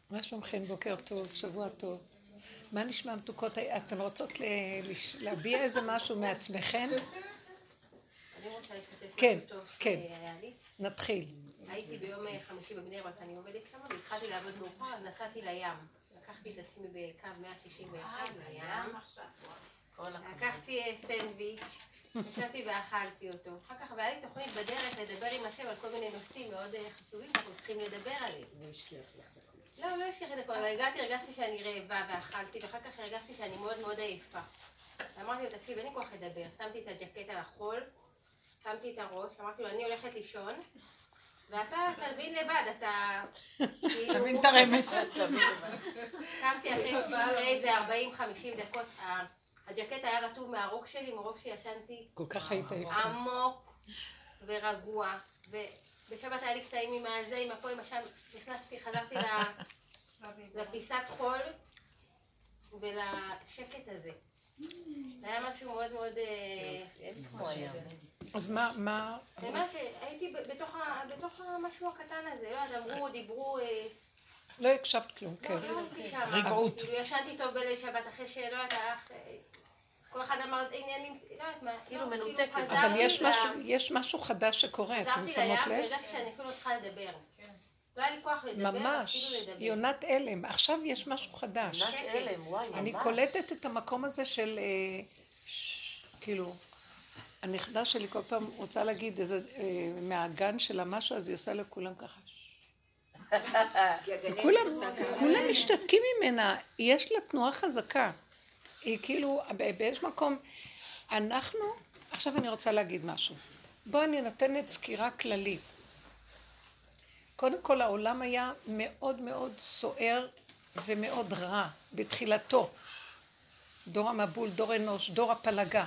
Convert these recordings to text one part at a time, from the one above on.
מה שלומכם? בוקר טוב, שבוע טוב. מה נשמע מתוקות? אתן רוצות להביע איזה משהו מעצמכן? אני רוצה להשתתף כן, משהו טוב כן. שהיה לי. נתחיל. הייתי ביום חמישי בבני ברק, אני עובדת שם, והתחלתי לעבוד מאוחר, אז נסעתי לים. לקחתי את עצמי בקו 161 לים. לקחתי סנדוויץ', ישבתי ואכלתי אותו. אחר כך והיה לי תוכנית בדרך לדבר עם השם על כל מיני נושאים מאוד חשובים שאנחנו צריכים לדבר עליהם. לא השכיח את הכל, אבל הגעתי, הרגשתי שאני רעבה ואכלתי, ואחר כך הרגשתי שאני מאוד מאוד עייפה. אמרתי לו, תקשיב, אין לי כוח לדבר. שמתי את הג'קט על החול, שמתי את הראש, אמרתי לו, אני הולכת לישון, ואתה תבין לבד, אתה... תבין את הרמז. קמתי אחרי איזה 40-50 דקות, הג'קט היה רטוב מהרוק שלי, מרוב שישנתי כל כך היית עייפה. עמוק ורגוע, ובשבת היה לי קטעים עם הזה, עם הפה, עם השם, נכנסתי, חזרתי לפיסת חול ולשקט הזה. זה היה משהו מאוד מאוד... אז מה? זה מה שהייתי בתוך המשהו הקטן הזה, לא, אז אמרו, דיברו... לא הקשבת כלום, כן. לא הייתי שם. רגעות. ישנתי טוב בליל שבת אחרי שלא יודעת, כל אחד אמר עניינים, לא יודעת מה, כאילו מנותקת. אבל יש משהו חדש שקורה, אתם שמות לב? חזרתי לים והרגשתי שאני אפילו לא צריכה לדבר. לא היה לי כוח לדבר, ממש, אפילו לדבר. יונת אלם, עכשיו יש משהו חדש. יונת אלם, וואי, ממש. אני קולטת את המקום הזה של, כאילו, הנכדה שלי כל פעם רוצה להגיד איזה, מהגן של המשהו, אז היא עושה לכולם ככה. כולם משתתקים ממנה, יש לה תנועה חזקה. היא כאילו, באיזשהו מקום, עכשיו אני רוצה להגיד משהו. בואו אני נותנת סקירה כללית. קודם כל העולם היה מאוד מאוד סוער ומאוד רע בתחילתו. דור המבול, דור אנוש, דור הפלגה.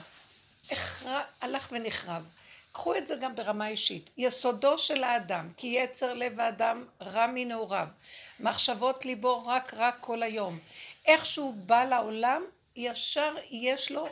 הלך ונחרב. קחו את זה גם ברמה אישית. יסודו של האדם, כי יצר לב האדם רע מנעוריו. מחשבות ליבו רק כל היום. איך שהוא בא לעולם, ישר יש לו,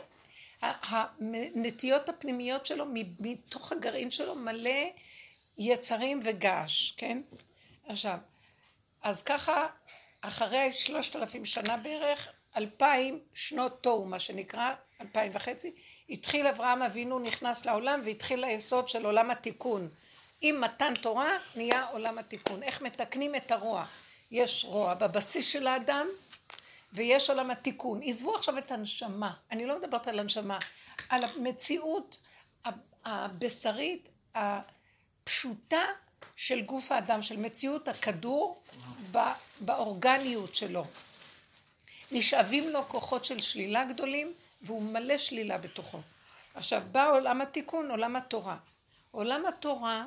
הנטיות הפנימיות שלו, מתוך הגרעין שלו מלא יצרים וגעש, כן? עכשיו, אז ככה, אחרי 3,000 שנה בערך, 2,000 שנות תוהו, מה שנקרא, 2,500, התחיל אברהם אבינו, נכנס לעולם, והתחיל היסוד של עולם התיקון. עם מתן תורה, נהיה עולם התיקון. איך מתקנים את הרוע? יש רוע בבסיס של האדם, ויש עולם התיקון. עזבו עכשיו את הנשמה, אני לא מדברת על הנשמה, על המציאות הבשרית, הפשוטה של גוף האדם, של מציאות הכדור באורגניות שלו. נשאבים לו כוחות של שלילה גדולים, והוא מלא שלילה בתוכו. עכשיו, בא עולם התיקון, עולם התורה. עולם התורה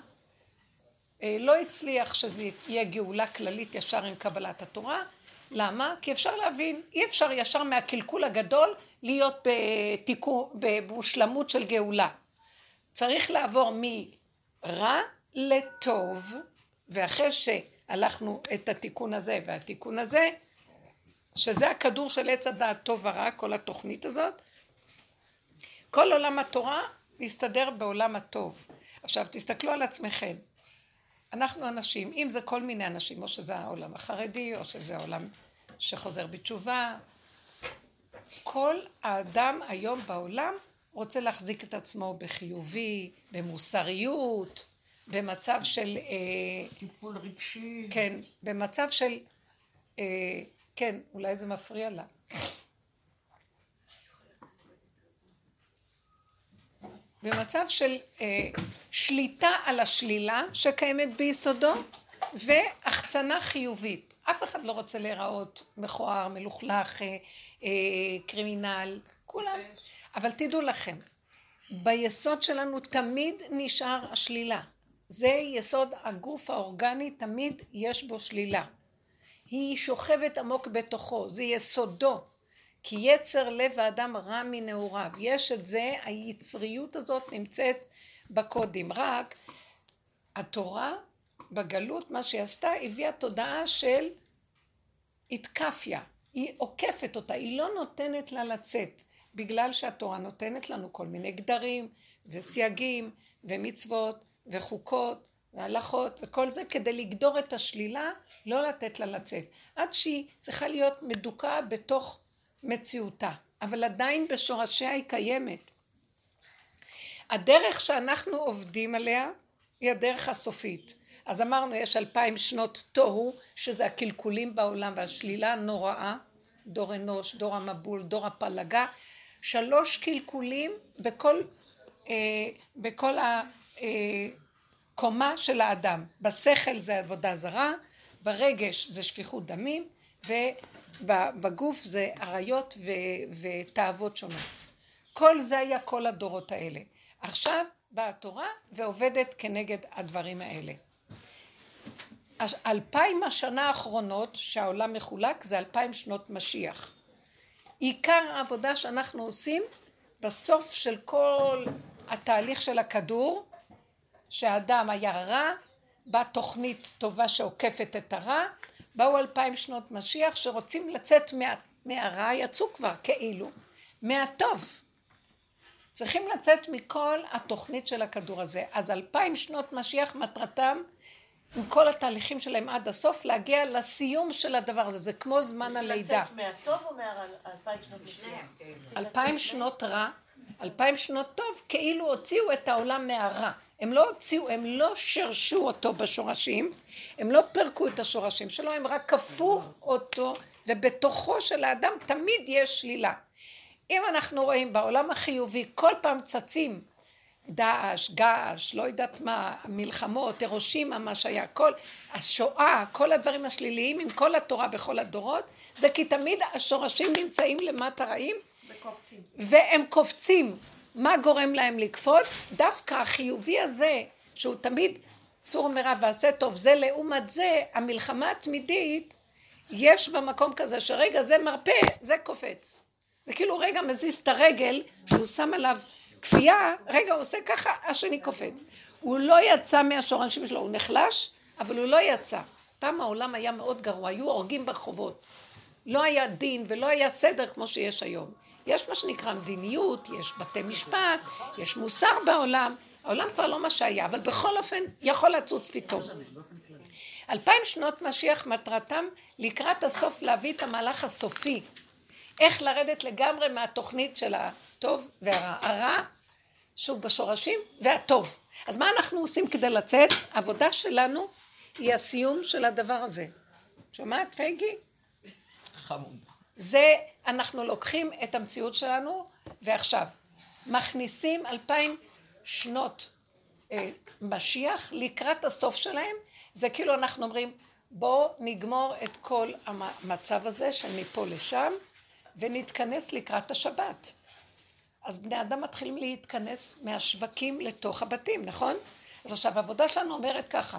לא הצליח שזה יהיה גאולה כללית ישר עם קבלת התורה. למה? כי אפשר להבין, אי אפשר ישר מהקלקול הגדול להיות במושלמות של גאולה. צריך לעבור מרע לטוב, ואחרי שהלכנו את התיקון הזה והתיקון הזה, שזה הכדור של עץ הדעת טוב ורע, כל התוכנית הזאת, כל עולם התורה מסתדר בעולם הטוב. עכשיו תסתכלו על עצמכם, אנחנו אנשים, אם זה כל מיני אנשים, או שזה העולם החרדי, או שזה העולם שחוזר בתשובה, כל האדם היום בעולם רוצה להחזיק את עצמו בחיובי, במוסריות, במצב של... טיפול רגשי. כן, במצב של... כן, אולי זה מפריע לה. במצב של שליטה על השלילה שקיימת ביסודו, והחצנה חיובית. אף אחד לא רוצה להיראות מכוער, מלוכלך, קרימינל, כולם. אבל תדעו לכם, ביסוד שלנו תמיד נשאר השלילה. זה יסוד הגוף האורגני, תמיד יש בו שלילה. היא שוכבת עמוק בתוכו, זה יסודו. כי יצר לב האדם רע מנעוריו. יש את זה, היצריות הזאת נמצאת בקודים. רק התורה בגלות, מה שהיא עשתה, הביאה תודעה של התקפיה. היא עוקפת אותה, היא לא נותנת לה לצאת. בגלל שהתורה נותנת לנו כל מיני גדרים וסייגים ומצוות וחוקות והלכות וכל זה כדי לגדור את השלילה, לא לתת לה לצאת. עד שהיא צריכה להיות מדוקה בתוך מציאותה, אבל עדיין בשורשיה היא קיימת. הדרך שאנחנו עובדים עליה היא הדרך הסופית. אז אמרנו יש 2000 שנות תוהו, שזה הקלקולים בעולם והשלילה הנוראה, דור אנוש, דור המבול, דור הפלגה, 3 קלקולים בכל הקומה של האדם. בשכל זה עבודה זרה, ברגש זה שפיכות דמים, ובגוף זה עריות ותאוות שונות. כל זה היה כל הדורות האלה. עכשיו באה התורה ועובדת כנגד הדברים האלה. 2000 השנה האחרונות שהעולם מחולק זה 2000 שנות משיח. עיקר העבודה שאנחנו עושים בסוף של כל התהליך של הכדור, שהאדם היה רע, באה תוכנית טובה שעוקפת את הרע, באו 2000 שנות משיח שרוצים לצאת מהרע, יצאו כבר כאילו, מהטוב. צריכים לצאת מכל התוכנית של הכדור הזה. אז 2000 שנות משיח מטרתם, עם כל התהליכים שלהם עד הסוף, להגיע לסיום של הדבר הזה. זה כמו זמן הלידה. לצאת מהטוב או 2000 שנות משיח? 2000 שנות רע, 2000 שנות טוב, כאילו הוציאו את העולם מהרע. הם לא הוציאו, הם לא שרשו אותו בשורשים, הם לא פרקו את השורשים שלו, הם רק כפו אותו, ובתוכו של האדם תמיד יש שלילה. אם אנחנו רואים בעולם החיובי, כל פעם צצים, דאעש, גאש, לא יודעת מה, מלחמות, הירושימה, מה שהיה, כל השואה, כל הדברים השליליים, עם כל התורה בכל הדורות, זה כי תמיד השורשים נמצאים למטה רעים, והם קופצים. מה גורם להם לקפוץ? דווקא החיובי הזה, שהוא תמיד סור מרע ועשה טוב, זה לעומת זה, המלחמה התמידית, יש במקום כזה שרגע זה מרפא, זה קופץ. זה כאילו רגע מזיז את הרגל, שהוא שם עליו כפייה, רגע הוא עושה ככה, השני קופץ. הוא לא יצא מהשורשים שלו, הוא נחלש, אבל הוא לא יצא. פעם העולם היה מאוד גרוע, היו הורגים ברחובות. לא היה דין ולא היה סדר כמו שיש היום. יש מה שנקרא מדיניות, יש בתי משפט, יש מוסר בעולם. העולם כבר לא מה שהיה, אבל בכל אופן יכול לצוץ פתאום. 2000 שנות משיח מטרתם לקראת הסוף להביא את המהלך הסופי. איך לרדת לגמרי מהתוכנית של הטוב והרע. הרע שהוא בשורשים והטוב. אז מה אנחנו עושים כדי לצאת? העבודה שלנו היא הסיום של הדבר הזה. שומעת פייגי? חמוד. זה אנחנו לוקחים את המציאות שלנו ועכשיו מכניסים 2000 שנות משיח לקראת הסוף שלהם. זה כאילו אנחנו אומרים בוא נגמור את כל המצב הזה של מפה לשם ונתכנס לקראת השבת. אז בני אדם מתחילים להתכנס מהשווקים לתוך הבתים, נכון? אז עכשיו העבודה שלנו אומרת ככה,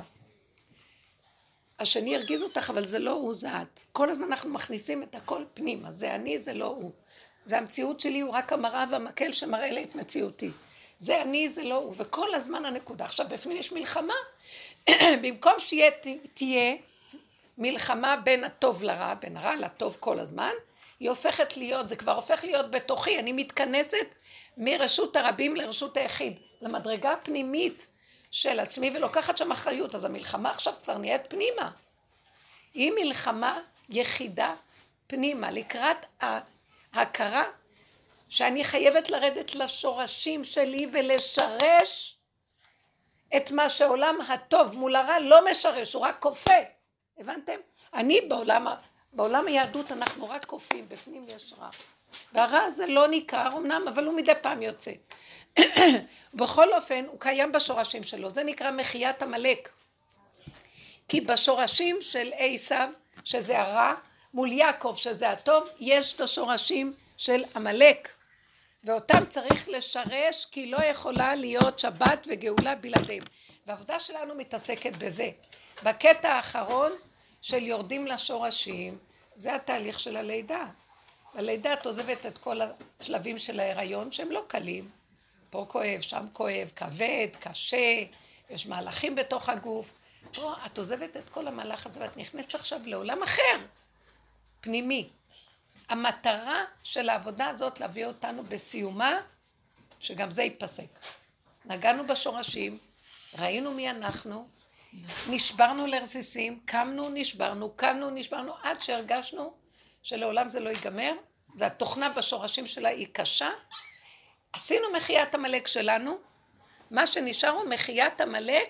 השני ירגיז אותך, אבל זה לא הוא, זה את. כל הזמן אנחנו מכניסים את הכל פנימה, זה אני, זה לא הוא. זה המציאות שלי, הוא רק המראה והמקל שמראה לי את מציאותי. זה אני, זה לא הוא, וכל הזמן הנקודה. עכשיו בפנים יש מלחמה, במקום שתהיה מלחמה בין הטוב לרע, בין הרע לטוב כל הזמן, היא הופכת להיות, זה כבר הופך להיות בתוכי, אני מתכנסת מרשות הרבים לרשות היחיד, למדרגה הפנימית של עצמי ולוקחת שם אחריות, אז המלחמה עכשיו כבר נהיית פנימה. היא מלחמה יחידה פנימה, לקראת ההכרה שאני חייבת לרדת לשורשים שלי ולשרש את מה שעולם הטוב מול הרע לא משרש, הוא רק כופה. הבנתם? אני בעולם היהדות אנחנו רק כופים, בפנים יש רע. והרע הזה לא ניכר אמנם, אבל הוא מדי פעם יוצא. בכל אופן הוא קיים בשורשים שלו, זה נקרא מחיית המלאק. כי בשורשים של עשיו, שזה הרע, מול יעקב, שזה הטוב, יש את השורשים של המלאק. ואותם צריך לשרש, כי לא יכולה להיות שבת וגאולה בלעדיהם. והעבודה שלנו מתעסקת בזה. בקטע האחרון של יורדים לשורשים, זה התהליך של הלידה. הלידה את עוזבת את כל השלבים של ההיריון, שהם לא קלים. פה כואב, שם כואב, כבד, קשה, יש מהלכים בתוך הגוף. פה את עוזבת את כל המהלך הזה, ואת נכנסת עכשיו לעולם אחר, פנימי. המטרה של העבודה הזאת להביא אותנו בסיומה, שגם זה ייפסק. נגענו בשורשים, ראינו מי אנחנו, נשברנו לרסיסים, קמנו, נשברנו, עד שהרגשנו שלעולם זה לא ייגמר, והתוכנה בשורשים שלה היא קשה. עשינו מחיית המלאק שלנו, מה שנשאר הוא מחיית המלאק,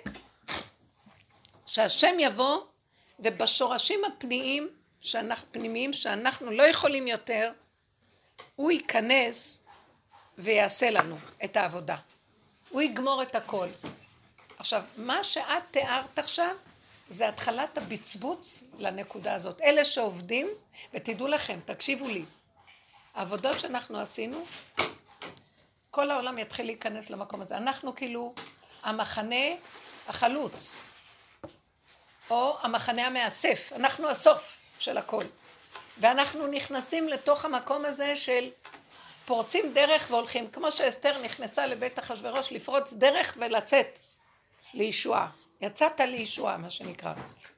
שהשם יבוא, ובשורשים פנימיים שאנחנו לא יכולים יותר, הוא ייכנס ויעשה לנו את העבודה. הוא יגמור את הכל. עכשיו, מה שאת תיארת עכשיו, זה התחלת הבצבוץ לנקודה הזאת. אלה שעובדים, ותדעו לכם, תקשיבו לי, העבודות שאנחנו עשינו, כל העולם יתחיל להיכנס למקום הזה. אנחנו כאילו המחנה החלוץ, או המחנה המאסף. אנחנו הסוף של הכל. ואנחנו נכנסים לתוך המקום הזה של פורצים דרך והולכים. כמו שאסתר נכנסה לבית אחשוורוש לפרוץ דרך ולצאת לישועה. יצאת לישועה, מה שנקרא.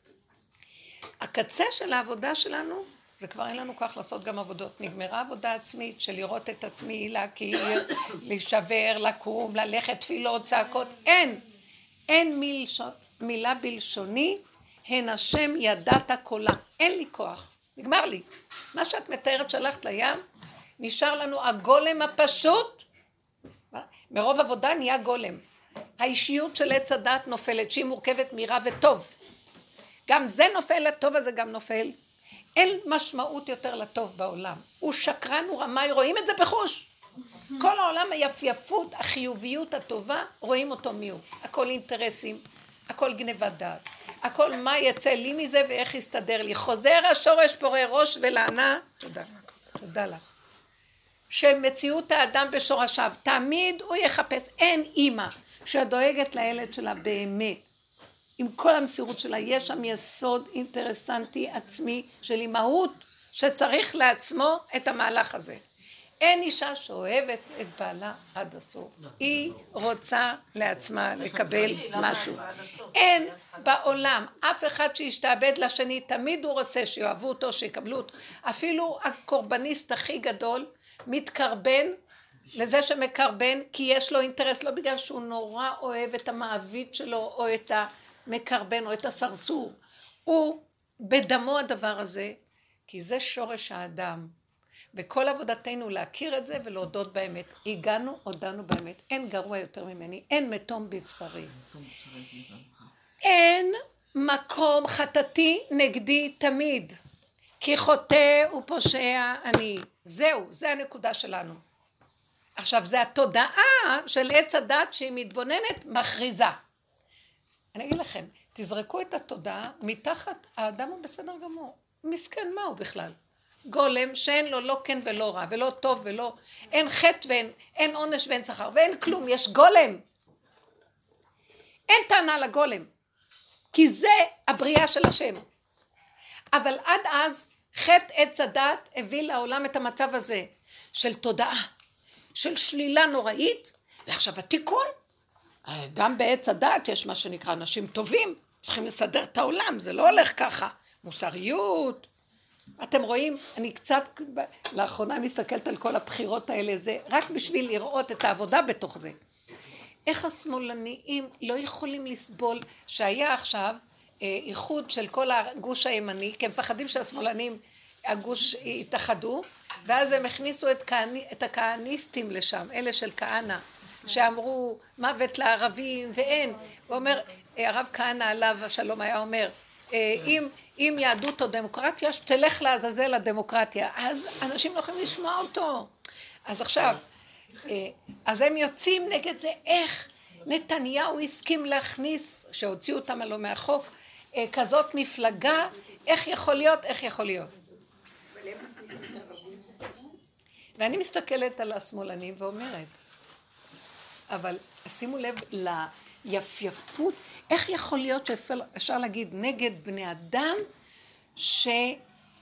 הקצה של העבודה שלנו, זה כבר אין לנו כך לעשות גם עבודות. נגמרה עבודה עצמית של לראות את עצמי, להכיר, להישבר, לקום, ללכת, תפילות, צעקות. אין מילה בלשוני, הן השם ידעת קולה. אין לי כוח. נגמר לי. מה שאת מתארת שלחת לים, נשאר לנו הגולם הפשוט. מרוב עבודה נהיה גולם. האישיות של עץ הדת נופלת, שהיא מורכבת מרע וטוב. גם זה נופל, הטוב הזה גם נופל. אין משמעות יותר לטוב בעולם. הוא שקרן, הוא רמאי, רואים את זה בחוש. כל העולם היפייפות, החיוביות הטובה, רואים אותו מיהו. הכל אינטרסים, הכל גנבת דעת. הכל מה יצא לי מזה ואיך יסתדר לי. חוזר השורש פורה ראש ולענה. תודה לך. שמציאות האדם בשורשיו, תמיד הוא יחפש. אין אימא שדואגת לילד שלה באמת. עם כל המסירות שלה, יש שם יסוד אינטרסנטי עצמי של אימהות שצריך לעצמו את המהלך הזה. אין אישה שאוהבת את בעלה עד הסוף. היא רוצה לעצמה לקבל משהו. אין בעולם אף אחד שישתעבד לשני, תמיד הוא רוצה שיאהבו אותו, שיקבלו אותו. אפילו הקורבניסט הכי גדול מתקרבן לזה שמקרבן, כי יש לו אינטרס, לא בגלל שהוא נורא אוהב את המעביד שלו או את המקרבן או את הסרסור. הוא בדמו הדבר הזה, כי זה שורש האדם. וכל עבודתנו להכיר את זה ולהודות באמת. הגענו, הודענו באמת. אין גרוע יותר ממני, אין מתום בבשרי. אין מקום חטאתי נגדי תמיד. כי חוטא ופושע אני. זהו, זה הנקודה שלנו. עכשיו, זה התודעה של עץ הדת שהיא מתבוננת, מכריזה. אני אגיד לכם, תזרקו את התודעה, מתחת האדם הוא בסדר גמור. מסכן, מה הוא בכלל? גולם שאין לו לא כן ולא רע, ולא טוב ולא... אין חטא ואין עונש ואין שכר, ואין כלום, יש גולם. אין טענה לגולם, כי זה הבריאה של השם. אבל עד אז, חטא עץ הדת הביא לעולם את המצב הזה, של תודעה, של שלילה נוראית, ועכשיו התיקון, גם בעץ הדת יש מה שנקרא אנשים טובים, צריכים לסדר את העולם, זה לא הולך ככה, מוסריות. אתם רואים, אני קצת לאחרונה מסתכלת על כל הבחירות האלה, זה רק בשביל לראות את העבודה בתוך זה. איך השמאלניים לא יכולים לסבול שהיה עכשיו איחוד של כל הגוש הימני, כי הם מפחדים שהשמאלנים, הגוש יתאחדו, ואז הם הכניסו את הכהניסטים לשם, אלה של כהנא, שאמרו מוות לערבים, ואין. הוא אומר, הרב כהנא עליו השלום היה אומר, אם יהדות או דמוקרטיה, שתלך לעזאזל לדמוקרטיה. אז אנשים לא יכולים לשמוע אותו. אז עכשיו, אז הם יוצאים נגד זה, איך נתניהו הסכים להכניס, שהוציאו אותם הלא מהחוק, כזאת מפלגה, איך יכול להיות? ואני מסתכלת על השמאלנים ואומרת, אבל שימו לב ליפייפות, איך יכול להיות שאפשר להגיד נגד בני אדם שהם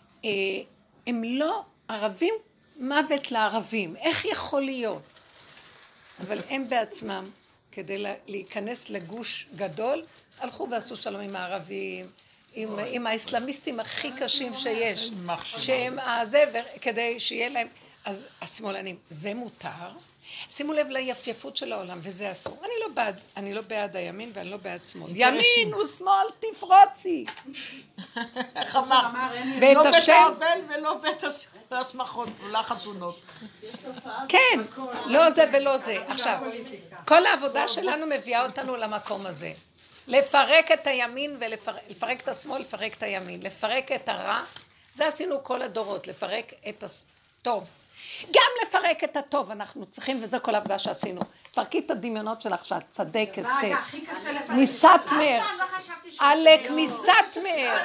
לא ערבים, מוות לערבים, איך יכול להיות? אבל הם בעצמם, כדי להיכנס לגוש גדול, הלכו ועשו שלום עם הערבים, עם האסלאמיסטים הכי קשים שיש, שהם כדי שיהיה להם, אז השמאלנים, זה מותר, שימו לב ליפייפות של העולם, וזה אסור. אני לא בעד הימין ואני לא בעד שמאל. ימין ושמאל תפרוצי. איך אמר? ואת לא בית השם... האבל ולא בית השמחות, אולי חתונות. כן, לא זה ולא זה. עכשיו, כל העבודה שלנו מביאה אותנו למקום הזה. לפרק את הימין ולפרק את השמאל, לפרק את הימין. לפרק את הרע, זה עשינו כל הדורות, לפרק את הטוב. גם לפרק את הטוב אנחנו צריכים, וזה כל העבודה שעשינו. תפרקי את הדמיונות שלך שאת צדק, אסתר. מסתמר. עלק מסתמר.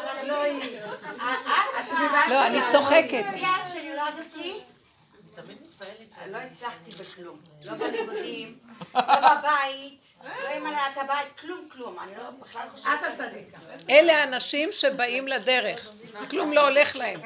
לא, אני צוחקת. מאז שנולדתי, לא הצלחתי בכלום. לא בלימודים, לא בבית, לא עם הנהלת הבית, כלום. אני לא בכלל חושבת. את הצדיקה. אלה האנשים שבאים לדרך. כלום לא הולך להם.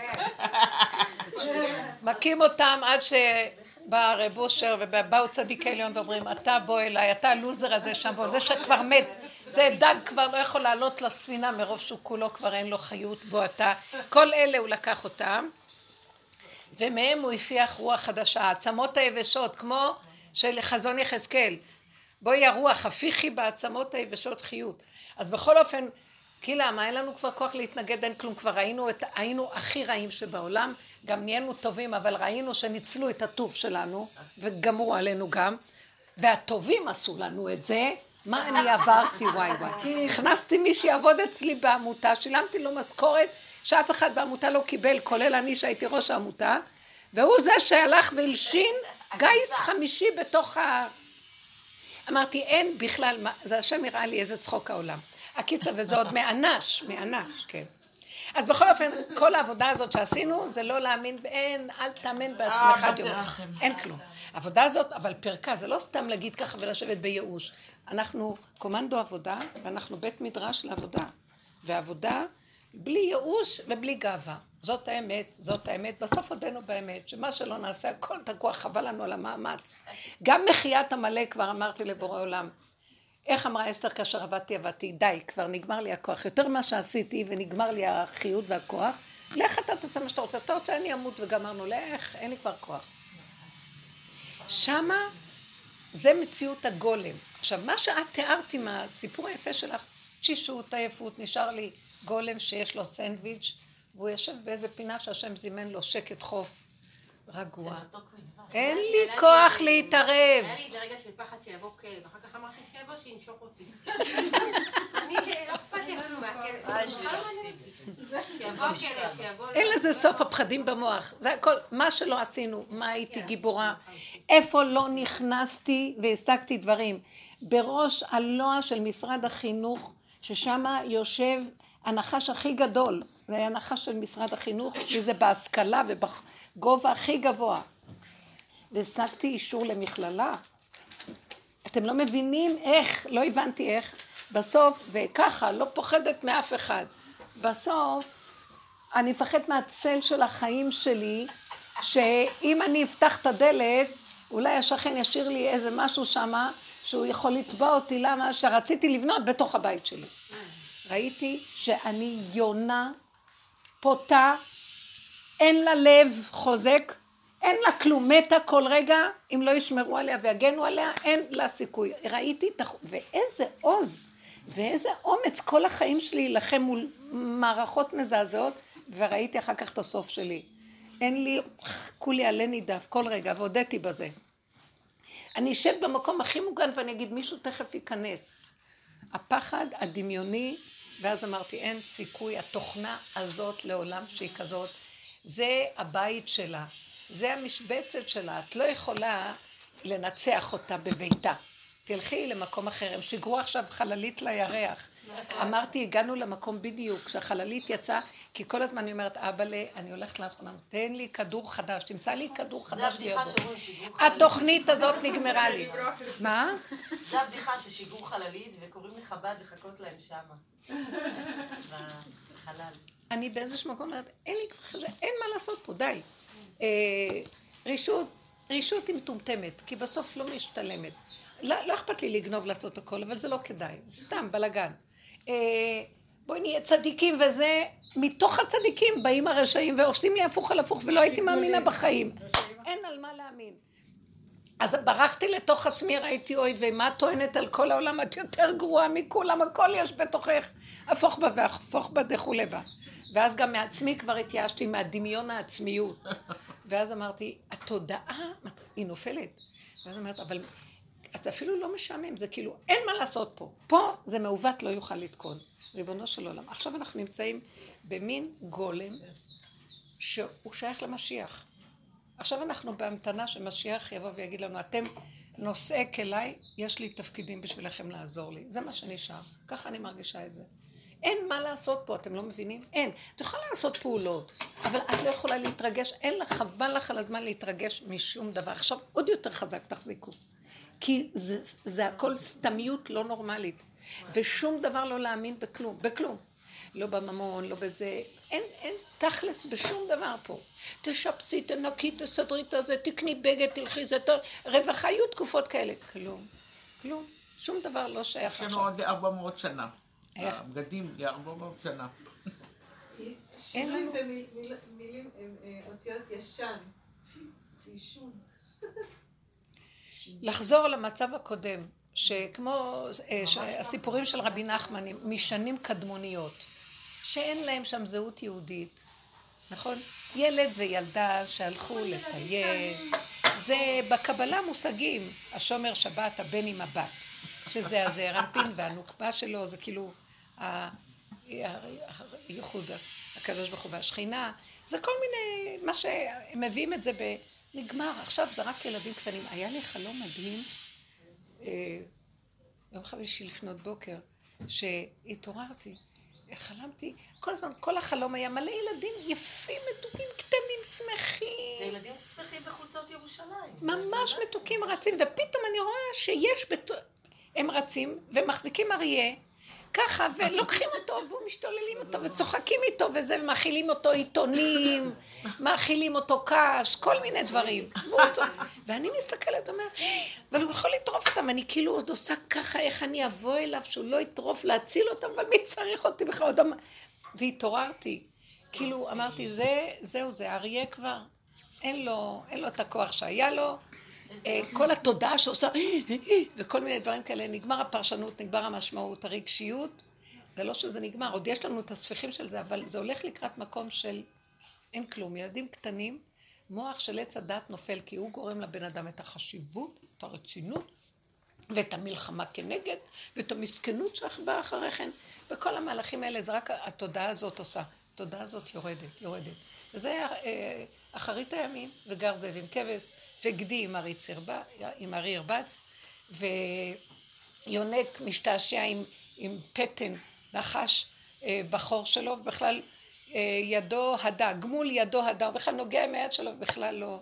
מקים אותם עד שבא הרב אושר ובאו צדיקי עליון ואומרים, אתה בוא אליי, אתה הלוזר הזה שם בוא, זה שכבר מת, זה דג כבר לא יכול לעלות לספינה מרוב שהוא כולו כבר אין לו חיות בו אתה. כל אלה הוא לקח אותם. ומהם הוא הפיח רוח חדשה, העצמות היבשות, כמו של חזון יחזקאל. בואי הרוח, הפיחי בעצמות היבשות חיות. אז בכל אופן, כי למה? אין לנו כבר כוח להתנגד, אין כלום, כבר היינו הכי רעים שבעולם, גם נהיינו טובים, אבל ראינו שניצלו את הטוב שלנו, וגמרו עלינו גם, והטובים עשו לנו את זה, מה אני עברתי, וואי. הכנסתי מי שיעבוד אצלי בעמותה, שילמתי לו משכורת, שאף אחד בעמותה לא קיבל, כולל אני שהייתי ראש העמותה, והוא זה שהלך והלשין גייס חמישי בתוך אמרתי, אין בכלל, זה השם יראה לי איזה צחוק העולם. הקיצה, וזה עוד מענש, כן. אז בכל אופן, כל העבודה הזאת שעשינו, זה לא להאמין, אל תאמן בעצמך, אין כלום. העבודה הזאת, אבל פרקה, זה לא סתם להגיד ככה ולשבת בייאוש. אנחנו קומנדו עבודה, ואנחנו בית מדרש לעבודה. ועבודה בלי ייאוש ובלי גאווה. זאת האמת, בסוף עודנו באמת, שמה שלא נעשה, הכל תקוע, חבל לנו על המאמץ. גם מחיית המלא, כבר אמרתי לבורא עולם, איך אמרה אסתר כאשר עבדתי, די, כבר נגמר לי הכוח, יותר מה שעשיתי ונגמר לי החיות והכוח, לך אתה תעשה מה שאתה רוצה, אתה רוצה אני אמות וגמרנו, לך, אין לי כבר כוח. שמה זה מציאות הגולם. עכשיו, מה שאת תיארת עם הסיפור היפה שלך, תשישות, עייפות, נשאר לי גולם שיש לו סנדוויץ', והוא יושב באיזה פינה שהשם זימן לו שקט חוף רגוע. אין לי כוח להתערב. היה לי דרגע של פחד שיבוא כלב, אחר כך אמרתי שיבוא שינשוך אותי. אני לא אכפת לי אפילו מהכלב. שיבוא כלב, שיבוא... אין לזה סוף הפחדים במוח. זה הכל, מה שלא עשינו, מה הייתי גיבורה, איפה לא נכנסתי והשגתי דברים. בראש הלוע של משרד החינוך, ששם יושב הנחש הכי גדול, זה היה הנחש של משרד החינוך, שזה בהשכלה ובגובה הכי גבוה. והשגתי אישור למכללה. אתם לא מבינים איך, לא הבנתי איך, בסוף, וככה, לא פוחדת מאף אחד. בסוף, אני מפחד מהצל של החיים שלי, שאם אני אפתח את הדלת, אולי השכן ישאיר לי איזה משהו שמה, שהוא יכול לתבוע אותי, למה? שרציתי לבנות בתוך הבית שלי. ראיתי שאני יונה, פוטה, אין לה לב חוזק, אין לה כלום, מתה כל רגע, אם לא ישמרו עליה ויגנו עליה, אין לה סיכוי. ראיתי, ואיזה עוז, ואיזה אומץ, כל החיים שלי לכם מול מערכות מזעזעות, וראיתי אחר כך את הסוף שלי. אין לי, כולי עלה נידף כל רגע, והודיתי בזה. אני אשב במקום הכי מוגן ואני אגיד, מישהו תכף ייכנס. הפחד הדמיוני, ואז אמרתי, אין סיכוי, התוכנה הזאת לעולם שהיא כזאת, זה הבית שלה, זה המשבצת שלה, את לא יכולה לנצח אותה בביתה. תלכי למקום אחר, הם שיגרו עכשיו חללית לירח. אמרתי, הגענו למקום בדיוק, כשהחללית יצאה, כי כל הזמן אני אומרת, אבאלה, אני הולכת לאחרונה, תן לי כדור חדש, תמצא לי כדור חדש בידו. התוכנית הזאת נגמרה לי. מה? זה הבדיחה ששיגרו חללית וקוראים לחב"ד לחכות להם שמה. בחלל. אני באיזשהו מקום אומרת, אין מה לעשות פה, די. רישות היא מטומטמת, כי בסוף לא משתלמת. לא אכפת לי לגנוב לעשות הכל, אבל זה לא כדאי, סתם בלגן. בואי נהיה צדיקים וזה, מתוך הצדיקים באים הרשעים ועושים לי הפוך על הפוך, ולא הייתי מאמינה בחיים. אין על מה להאמין. אז ברחתי לתוך עצמי, ראיתי, אוי, ומה את טוענת על כל העולם? את יותר גרועה מכולם, הכל יש בתוכך. הפוך בה והפוך בה דכולי בה. ואז גם מעצמי כבר התייאשתי מהדמיון העצמיות. ואז אמרתי, התודעה, היא נופלת. ואז אמרתי, אבל, אז אפילו לא משעמם, זה כאילו, אין מה לעשות פה. פה זה מעוות, לא יוכל לתקון. ריבונו של עולם. עכשיו אנחנו נמצאים במין גולם, שהוא שייך למשיח. עכשיו אנחנו בהמתנה שמשיח יבוא ויגיד לנו, אתם נושאי כליי, יש לי תפקידים בשבילכם לעזור לי. זה מה שנשאר. ככה אני מרגישה את זה. אין מה לעשות פה, אתם לא מבינים? אין. את יכולה לעשות פעולות, אבל את לא יכולה להתרגש, אין לך, חבל לך על הזמן להתרגש משום דבר. עכשיו עוד יותר חזק תחזיקו. כי זה הכל סתמיות לא נורמלית. ושום דבר לא להאמין בכלום, בכלום. לא בממון, לא בזה, אין תכלס בשום דבר פה. תשפסי, תנקי, תסדרי את זה, תקני בגד, תלכי, זה טוב. רווחה יהיו תקופות כאלה. כלום, כלום. שום דבר לא שייך עכשיו. יש לנו עוד 400 שנה. איך? הבגדים ל-400 שנה. שינוי זה מילים, אותיות ישן. עישון. לחזור למצב הקודם, שכמו הסיפורים של רבי נחמן, משנים קדמוניות, שאין להם שם זהות יהודית, נכון? ילד וילדה שהלכו לטייל, זה בקבלה מושגים, השומר שבת, הבן עם הבת, שזה הזעיר אנפין והנוקבה שלו, זה כאילו הייחוד הקדוש ברוך הוא והשכינה, זה כל מיני, מה שהם מביאים את זה נגמר, עכשיו זה רק ילדים קטנים. היה לי חלום מדהים, יום חמישי לפנות בוקר, שהתעוררתי, חלמתי, כל הזמן, כל החלום היה מלא ילדים יפים, מתוקים, קטנים, שמחים. זה ילדים שמחים בחוצות ירושלים. ממש מתוקים רצים, ופתאום אני רואה שיש, הם רצים ומחזיקים אריה, ככה, ולוקחים אותו, והוא משתוללים אותו, וצוחקים איתו וזה, ומאכילים אותו עיתונים, מאכילים אותו קש, כל מיני דברים. ואני מסתכלת, אומרת, אבל הוא יכול לטרוף אותם, אני כאילו עוד עושה ככה, איך אני אבוא אליו, שהוא לא יטרוף, להציל אותם, אבל מי צריך אותי בכלל? והתעוררתי, כאילו אמרתי, זהו, זה אריה כבר, אין לו את הכוח שהיה לו, כל התודעה שעושה, וכל מיני דברים כאלה, נגמר הפרשנות, נגמר המשמעות, הרגשיות, זה לא שזה נגמר, עוד יש לנו את הספיחים של זה, אבל זה הולך לקראת מקום של אין כלום, ילדים קטנים, מוח של עץ הדת נופל, כי הוא גורם לבן אדם את החשיבות, את הרצינות, ואת המלחמה כנגד, ואת המסכנות שלך באה אחרי כן, וכל המהלכים האלה, זה רק התודעה הזאת עושה, התודעה הזאת יורדת. וזה אחרית הימים, וגר זאב עם כבש, וגדי עם ארי ירבץ, ויונק משתעשע עם פטן, נחש בחור שלו, ובכלל ידו הדה, גמול ידו הדה, הוא בכלל נוגע עם היד שלו, ובכלל לא.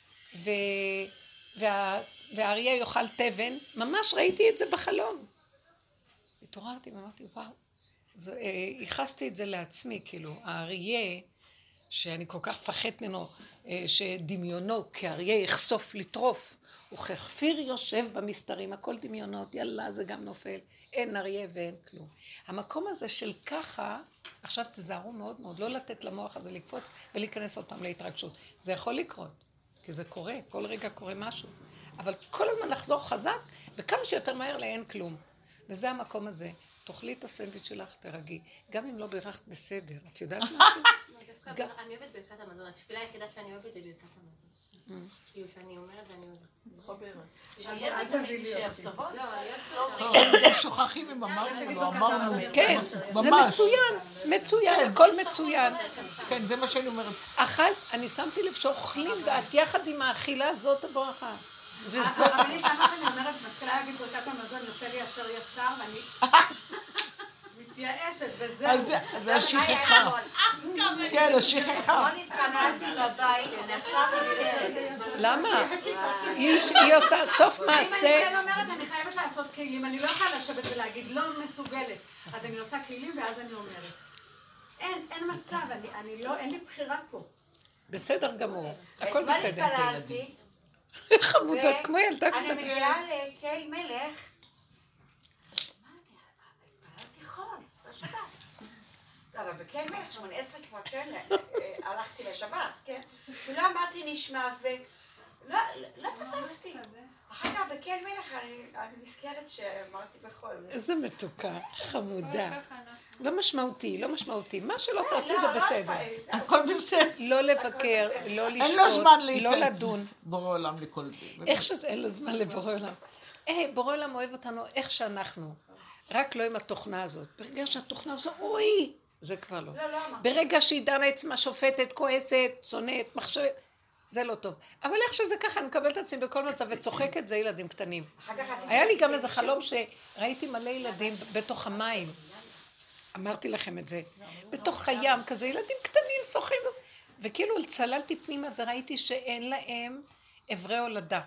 והאריה יאכל תבן, ממש ראיתי את זה בחלום. התעוררתי ואמרתי, וואו, ייחסתי את זה לעצמי, כאילו, האריה, שאני כל כך פחד ממנו, שדמיונו כאריה יחשוף לטרוף, הוא כחפיר יושב במסתרים, הכל דמיונות, יאללה, זה גם נופל, אין אריה ואין כלום. המקום הזה של ככה, עכשיו תזהרו מאוד מאוד, לא לתת למוח הזה לקפוץ ולהיכנס עוד פעם להתרגשות. זה יכול לקרות, כי זה קורה, כל רגע קורה משהו. אבל כל הזמן לחזור חזק, וכמה שיותר מהר לאין כלום. וזה המקום הזה. תאכלי את הסנדוויץ' שלך, תרגי. גם אם לא בירכת בסדר, את יודעת משהו? אני אוהבת ברכת המזון, התפילה היחידה שאני אוהבת זה ברכת המזון. כאילו שאני אומרת ואני אוהבת. אל תביא לי שיבטבות? לא, שוכחים אם אמרנו, לא אמרנו. כן, זה מצוין, הכל מצוין. כן, זה מה שאני אומרת. אני שמתי לב שאוכלים, ואת יחד עם האכילה, זאת הברכה. אבל אני כמה שאני אומרת, מתחילה להגיד ברכת המזון, יוצא לי ישר יצר, ואני מתייאשת, וזהו. זה השכחה. כן, השכחה. לא נתפנלתי בבית, אני עכשיו מסתכלת. למה? היא עושה סוף מעשה. אם אני כן אומרת, אני חייבת לעשות כלים, אני לא יכולה לשבת ולהגיד, לא מסוגלת. אז אני עושה כלים, ואז אני אומרת. אין מצב, אין לי בחירה פה. בסדר גמור, הכל בסדר. מה התפללתי? חמודות, כמו ילדה קטנה. אני מגיעה לקהל מלך. התפללתי חול, בשבת. אבל בקהל מלך, 18 כבר כן, הלכתי לשבת, כן? ולא אמרתי נשמע, לא תפסתי. אחר כך בקל מלך אני נזכרת שאמרתי בכל. איזה מתוקה, חמודה. לא משמעותי, לא משמעותי. מה שלא תעשי זה בסדר. הכל בסדר. לא לבקר, לא לשפוט, אין לו זמן לא לדון. בורא עולם לכל זה. איך שזה, אין לו זמן לבורא עולם. בורא עולם אוהב אותנו איך שאנחנו. רק לא עם התוכנה הזאת. ברגע שהתוכנה הזאת, אוי, זה כבר לא. ברגע שהיא דנה עצמה שופטת, כועסת, צונאת, מחשבת, זה לא טוב. אבל איך שזה ככה, אני מקבלת את עצמי בכל מצב וצוחקת, זה ילדים קטנים. היה לי גם איזה חלום שראיתי מלא ילדים בתוך המים. אמרתי לכם את זה. בתוך הים, כזה ילדים קטנים, שוחים. וכאילו צללתי פנימה וראיתי שאין להם אברי הולדה.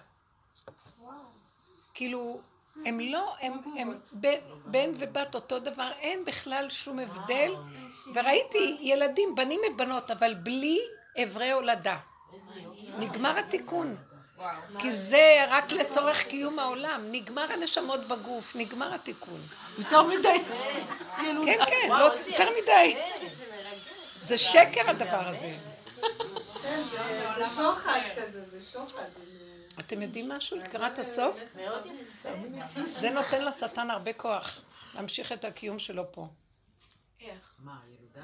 כאילו, הם לא, הם בן ובת אותו דבר, אין בכלל שום הבדל. וראיתי ילדים, בנים ובנות, אבל בלי אברי הולדה. נגמר התיקון. כי זה רק לצורך קיום העולם. נגמר הנשמות בגוף, נגמר התיקון. יותר מדי. כן, כן, לא יותר מדי. זה שקר הדבר הזה. זה שוחד כזה, זה שוחד. אתם יודעים משהו לקראת הסוף? זה נותן לשטן הרבה כוח להמשיך את הקיום שלו פה. איך? מה, ילודה?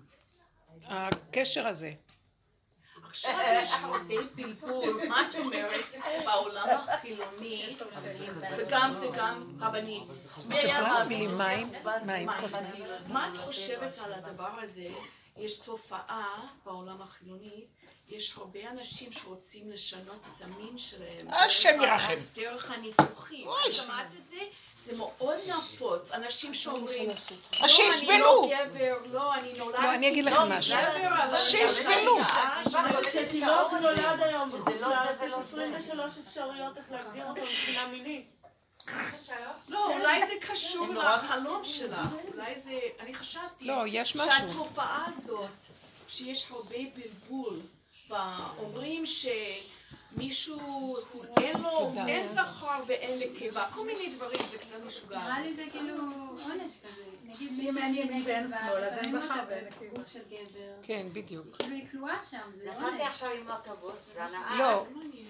הקשר הזה. עכשיו יש הרבה בלבול, מה את אומרת, בעולם החילוני, וגם זה גם רבנית. את יכולה מילים מים, כוס מים. מה את חושבת על הדבר הזה? יש תופעה בעולם החילוני, יש הרבה אנשים שרוצים לשנות את המין שלהם. השם ירחם. דרך הניתוחים. שמעת את זה? זה מאוד נפוץ. אנשים שאומרים, אז שיסבלו. לא, אני לא גבר, לא, אני נולדתי. לא, אני אגיד לכם משהו. שיסבלו. כשתינוק נולד היום בחופלה, יש 23 אפשרויות איך להגדיר אותו מבחינה מינית. לא, אולי זה קשור לחלום שלך. אולי זה, אני חשבתי. לא, יש משהו. שהתופעה הזאת, שיש הרבה בלבול, אומרים שמישהו, אין זכר ואין נקבה, כל מיני דברים, זה קצת משוגע. נראה לי זה כאילו עונש כזה. נגיד אם אני ימין שמאל, אז אין זכר ואין נקבה. גוף של גבר. כן, בדיוק. כאילו היא כלואה שם, זה עונש. נסעתי עכשיו עם אוטובוס, והנהג... לא,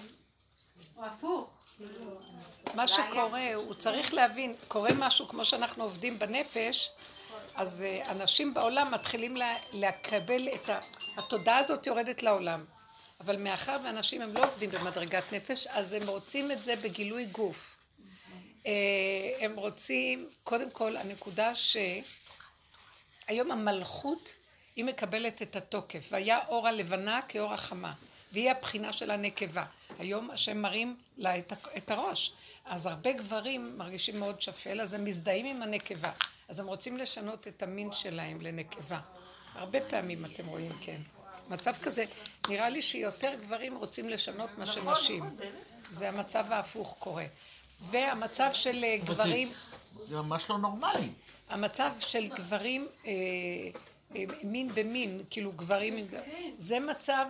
או הפוך. מה שקורה, הוא צריך להבין, קורה משהו כמו שאנחנו עובדים בנפש, אז אנשים בעולם מתחילים לקבל את התודעה הזאת יורדת לעולם. אבל מאחר ואנשים הם לא עובדים במדרגת נפש, אז הם רוצים את זה בגילוי גוף. הם רוצים, קודם כל, הנקודה שהיום המלכות, היא מקבלת את התוקף, והיה אור הלבנה כאור החמה, והיא הבחינה של הנקבה. היום השם מרים לה את הראש. אז הרבה גברים מרגישים מאוד שפל, אז הם מזדהים עם הנקבה. אז הם רוצים לשנות את המין שלהם לנקבה. הרבה פעמים אתם רואים, כן. מצב כזה, נראה לי שיותר גברים רוצים לשנות מה שנשים. זה המצב ההפוך קורה. והמצב של גברים... זה ממש לא נורמלי. המצב של גברים, מין במין, כאילו גברים... זה מצב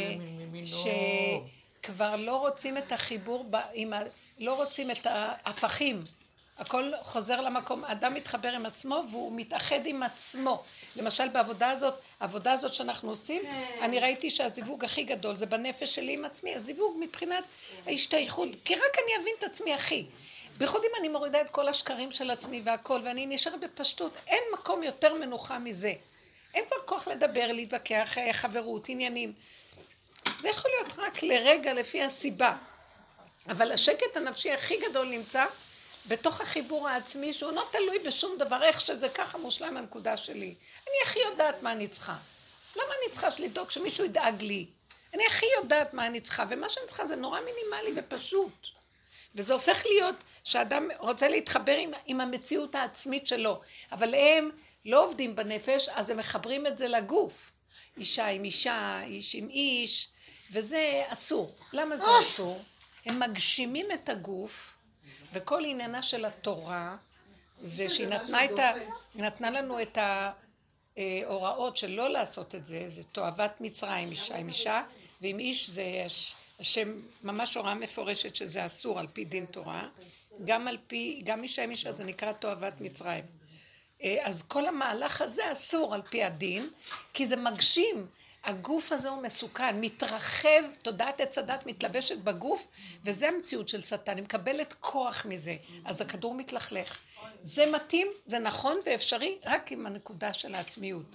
שכבר לא רוצים את החיבור, לא רוצים את ההפכים. הכל חוזר למקום, האדם מתחבר עם עצמו והוא מתאחד עם עצמו. למשל בעבודה הזאת, העבודה הזאת שאנחנו עושים, אני ראיתי שהזיווג הכי גדול זה בנפש שלי עם עצמי, הזיווג מבחינת ההשתייכות, כי רק אני אבין את עצמי הכי. בייחוד אם אני מורידה את כל השקרים של עצמי והכל, ואני נשארת בפשטות, אין מקום יותר מנוחה מזה. אין כבר כוח לדבר, להתווכח, חברות, עניינים. זה יכול להיות רק לרגע לפי הסיבה. אבל השקט הנפשי הכי גדול נמצא בתוך החיבור העצמי, שהוא לא תלוי בשום דבר, איך שזה ככה מושלם הנקודה שלי. אני הכי יודעת מה אני צריכה. למה אני צריכה לדאוג שמישהו ידאג לי? אני הכי יודעת מה אני צריכה, ומה שאני צריכה זה נורא מינימלי ופשוט. וזה הופך להיות שאדם רוצה להתחבר עם המציאות העצמית שלו, אבל הם לא עובדים בנפש, אז הם מחברים את זה לגוף. אישה עם אישה, איש עם איש, וזה אסור. למה זה אסור? הם מגשימים את הגוף, וכל עניינה של התורה, זה שהיא נתנה לנו את ההוראות של לא לעשות את זה, זה תועבת מצרים, אישה עם אישה, ועם איש זה השם ממש הוראה מפורשת שזה אסור על פי דין תורה, גם אישה עם אישה זה נקרא תועבת מצרים. אז כל המהלך הזה אסור על פי הדין, כי זה מגשים. הגוף הזה הוא מסוכן, מתרחב, תודעת עץ הדת מתלבשת בגוף, וזה המציאות של שטן, היא מקבלת כוח מזה, אז הכדור מתלכלך. זה מתאים, זה נכון ואפשרי, רק עם הנקודה של העצמיות.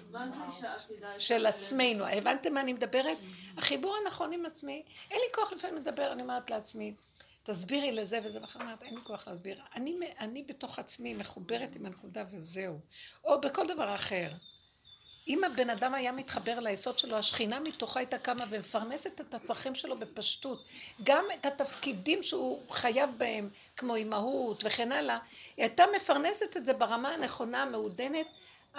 של עצמנו. הבנתם מה אני מדברת? החיבור הנכון עם עצמי, אין לי כוח לפעמים לדבר, אני אומרת לעצמי, תסבירי לזה וזה, ואחר אומרת, אין לי כוח להסביר. אני בתוך עצמי מחוברת עם הנקודה וזהו. או בכל דבר אחר. אם הבן אדם היה מתחבר ליסוד שלו, השכינה מתוכה הייתה קמה ומפרנסת את הצרכים שלו בפשטות. גם את התפקידים שהוא חייב בהם, כמו אימהות וכן הלאה, היא הייתה מפרנסת את זה ברמה הנכונה, המעודנת,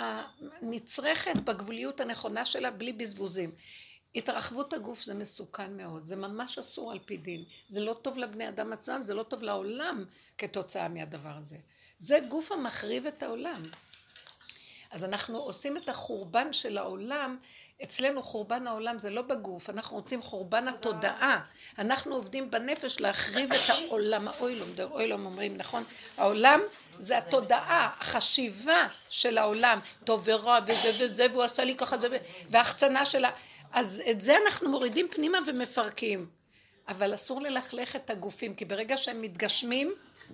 הנצרכת בגבוליות הנכונה שלה, בלי בזבוזים. התרחבות הגוף זה מסוכן מאוד, זה ממש אסור על פי דין. זה לא טוב לבני אדם עצמם, זה לא טוב לעולם כתוצאה מהדבר הזה. זה גוף המחריב את העולם. אז אנחנו עושים את החורבן של העולם, אצלנו חורבן העולם זה לא בגוף, אנחנו רוצים חורבן התודעה, אנחנו עובדים בנפש להחריב את העולם, האוילום אומרים, נכון? העולם זה התודעה, החשיבה של העולם, טוב ורע וזה וזה, והוא עשה לי ככה זה, וההחצנה שלה, אז את זה אנחנו מורידים פנימה ומפרקים, אבל אסור ללכלך את הגופים, כי ברגע שהם מתגשמים,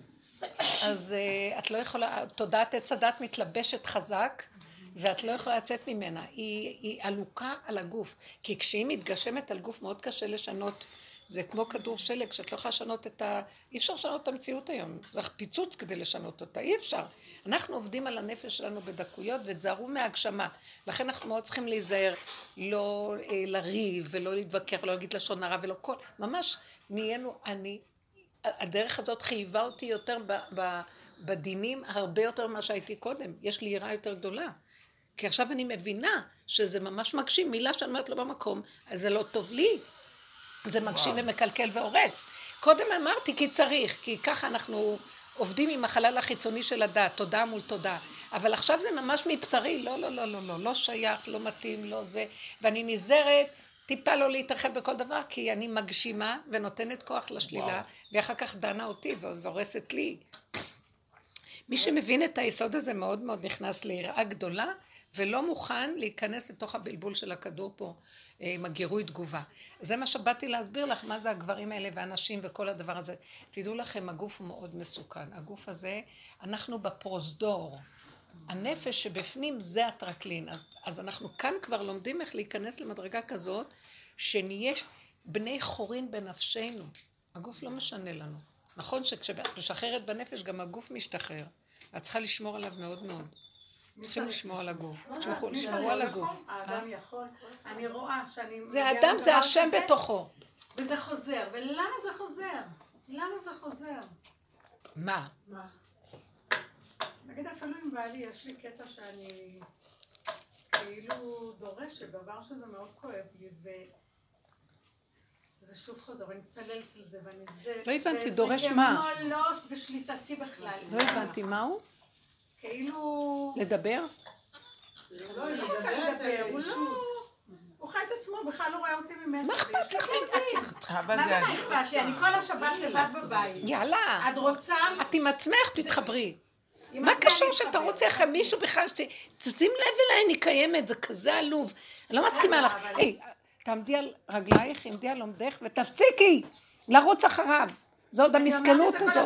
אז את לא יכולה, תודעת עץ הדת מתלבשת חזק, ואת לא יכולה לצאת ממנה, היא עלוקה על הגוף, כי כשהיא מתגשמת על גוף מאוד קשה לשנות, זה כמו כדור שלג, שאת לא יכולה לשנות אי אפשר לשנות את המציאות היום, זה פיצוץ כדי לשנות אותה, אי אפשר. אנחנו עובדים על הנפש שלנו בדקויות, ותזהרו מהגשמה, לכן אנחנו מאוד צריכים להיזהר, לא לריב, ולא להתווכח, ולא להגיד לשון הרע, ולא כל, ממש נהיינו הדרך הזאת חייבה אותי יותר בדינים, הרבה יותר ממה שהייתי קודם. יש לי יראה יותר גדולה. כי עכשיו אני מבינה שזה ממש מגשים. מילה שאני אומרת לא במקום, אז זה לא טוב לי. זה מגשים ומקלקל והורס. קודם אמרתי כי צריך, כי ככה אנחנו עובדים עם החלל החיצוני של הדעת, תודה מול תודה. אבל עכשיו זה ממש מבשרי, לא שייך, לא מתאים, לא זה. ואני נזהרת, טיפה לא להתרחב בכל דבר, כי אני מגשימה ונותנת כוח לשלילה, ואחר כך דנה אותי והורסת לי. מי שמבין את היסוד הזה מאוד מאוד נכנס ליראה גדולה, ולא מוכן להיכנס לתוך הבלבול של הכדור פה, עם הגירוי תגובה. זה מה שבאתי להסביר לך, מה זה הגברים האלה והנשים וכל הדבר הזה. תדעו לכם, הגוף הוא מאוד מסוכן. הגוף הזה, אנחנו בפרוזדור. הנפש שבפנים זה הטרקלין. אז אנחנו כאן כבר לומדים איך להיכנס למדרגה כזאת, שנהיה בני חורין בנפשנו. הגוף לא משנה לנו. נכון שכשאת משחררת בנפש, גם הגוף משתחרר. את צריכה לשמור עליו מאוד מאוד. צריכים לשמור על הגוף. תשמרו על הגוף. האדם יכול. אני רואה שאני... זה האדם, זה השם בתוכו. וזה חוזר. ולמה זה חוזר? למה זה חוזר? מה? נגיד אפילו עם בעלי, יש לי קטע שאני כאילו דורשת, דבר שזה מאוד כואב לי, וזה שוב חוזר, ואני מתפללת על זה, ואני זה... לא הבנתי, דורש מה? זה כמו לא בשליטתי בכלל. לא הבנתי, מה הוא? כאילו... לדבר? לא לדבר, הוא לא... הוא חי את עצמו, בכלל לא רואה אותי ממנו. מה אכפת לך? מה זה אכפת לי? אני כל השבת לבד בבית. יאללה. את רוצה? את עם עצמך תתחברי. מה קשור שאתה רוצה אחרי מישהו בכלל תשים לב אליי, אני קיימת, זה כזה עלוב. אני לא מסכימה לך. היי, תעמדי על רגלייך, עמדי על עומדך ותפסיקי לרוץ אחריו. זו עוד המסכנות הזאת.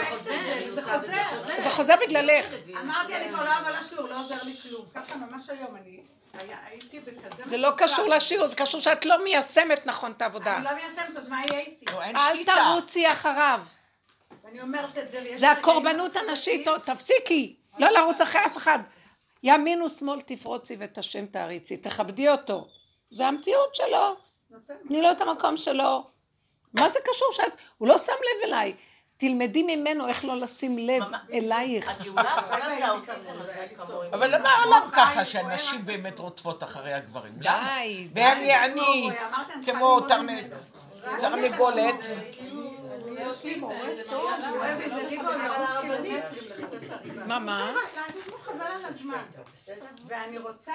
זה חוזר בגללך. אמרתי, אני כבר לא אבא לשיעור, לא עוזר לי כלום. ככה ממש היום אני הייתי בכזה... זה לא קשור לשיעור, זה קשור שאת לא מיישמת נכון את העבודה. אני לא מיישמת, אז מה יהיה איתי? אל תרוצי אחריו. אני אומרת את זה... זה הקורבנות הנשית, תפסיקי. לא לרוץ אחרי אף אחד. ימין ושמאל תפרוצי ואת השם תעריצי, תכבדי אותו. זה המציאות שלו. תני לו את המקום שלו. מה זה קשור שאת... הוא לא שם לב אליי. תלמדי ממנו איך לא לשים לב אלייך. אבל למה ככה שאנשים באמת רודפות אחרי הגברים? די. והם יעני כמו תרנגולת. מה? ואני רוצה...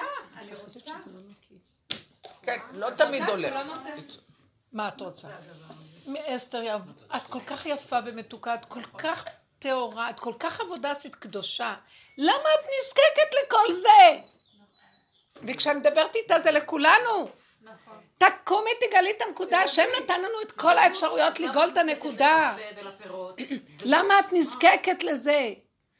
כן, לא תמיד הולך. מה את רוצה? אסתר, את כל כך יפה ומתוקה, את כל כך טהורה, את כל כך עבודה עשית קדושה, למה את נזקקת לכל זה? וכשאני מדברת איתה זה לכולנו. תקומי תגלי את הנקודה, השם נתן לנו את כל האפשרויות לגול את הנקודה. למה את נזקקת לזה?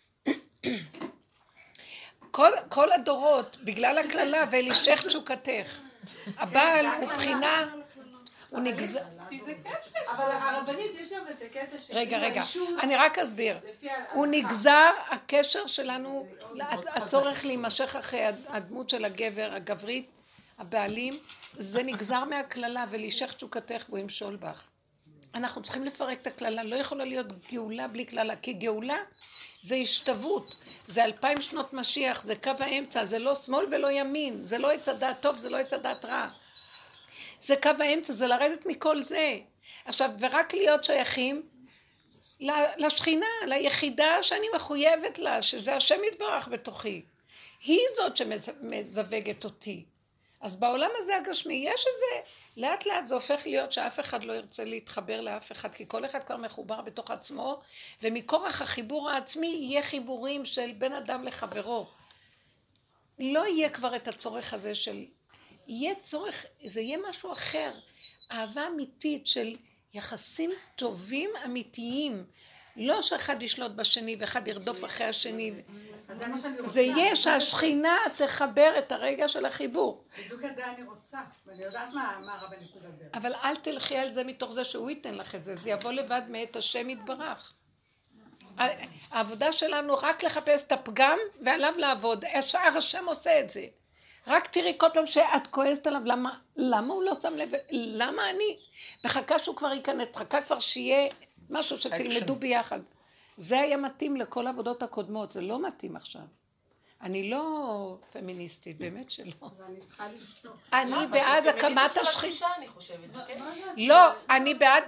כל הדורות, בגלל הכללה, ואלישך תשוקתך. הבעל הוא בחינה, הוא נגזר. אבל הרבנית יש גם את הקטע של... רגע, אני רק אסביר. הוא נגזר, הקשר שלנו, הצורך להימשך אחרי הדמות של הגבר, הגברית, הבעלים, זה נגזר מהכללה, ולישך תשוקתך והוא ימשול בך. אנחנו צריכים לפרק את הכללה, לא יכולה להיות גאולה בלי כללה, כי גאולה זה השתוות, זה 2000 שנות משיח, זה קו האמצע, זה לא שמאל ולא ימין, זה לא עץ הדעת טוב, זה לא עץ הדעת רע. זה קו האמצע, זה לרדת מכל זה. עכשיו, ורק להיות שייכים לשכינה, ליחידה שאני מחויבת לה, שזה השם יתברך בתוכי. היא זאת שמזווגת אותי. אז בעולם הזה הגשמי, יש איזה, לאט לאט זה הופך להיות שאף אחד לא ירצה להתחבר לאף אחד, כי כל אחד כבר מחובר בתוך עצמו, ומכורח החיבור העצמי יהיה חיבורים של בן אדם לחברו. לא יהיה כבר את הצורך הזה של, יהיה צורך, זה יהיה משהו אחר, אהבה אמיתית של יחסים טובים אמיתיים, לא שאחד ישלוט בשני ואחד ירדוף אחרי השני. זה יהיה שהשכינה תחבר את הרגע של החיבור. בדיוק את זה אני רוצה, ואני יודעת מה הרבנית מדבר. אבל אל תלכי על זה מתוך זה שהוא ייתן לך את זה, זה יבוא לבד מאת השם יתברך. העבודה שלנו רק לחפש את הפגם ועליו לעבוד, השאר השם עושה את זה. רק תראי כל פעם שאת כועסת עליו, למה הוא לא שם לב, למה אני? וחכה שהוא כבר ייכנס, חכה כבר שיהיה משהו שתלמדו ביחד. זה היה מתאים לכל העבודות הקודמות, זה לא מתאים עכשיו. אני לא פמיניסטית, באמת שלא. ואני צריכה לשתוק. אני בעד הקמת השכינה. אני חושבת, זה כן? לא, אני בעד,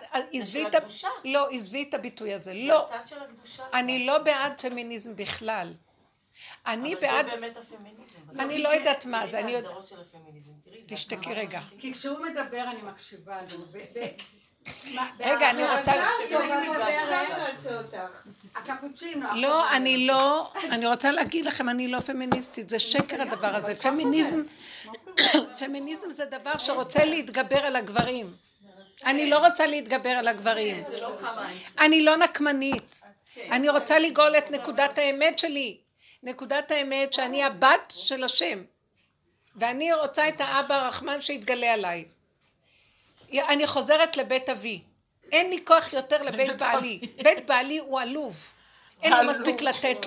עזבי את הביטוי הזה, לא. זה הצד של הקדושה. אני לא בעד פמיניזם בכלל. אני בעד... אבל זה באמת הפמיניזם. אני לא יודעת מה זה, אני... ההגדרות של הפמיניזם, תראי. תשתקי רגע. כי כשהוא מדבר אני מקשיבה לו. רגע, אני רוצה... הקפוצ'ינו. לא, אני רוצה להגיד לכם, אני לא פמיניסטית, זה שקר הדבר הזה. פמיניזם זה דבר שרוצה להתגבר על הגברים. אני לא רוצה להתגבר על הגברים. אני לא נקמנית. אני רוצה לגאול את נקודת האמת שלי. נקודת האמת שאני הבת של השם. ואני רוצה את האבא הרחמן שיתגלה עליי. אני חוזרת לבית אבי. אין לי כוח יותר לבית בעלי. בית בעלי הוא עלוב. אין לו מספיק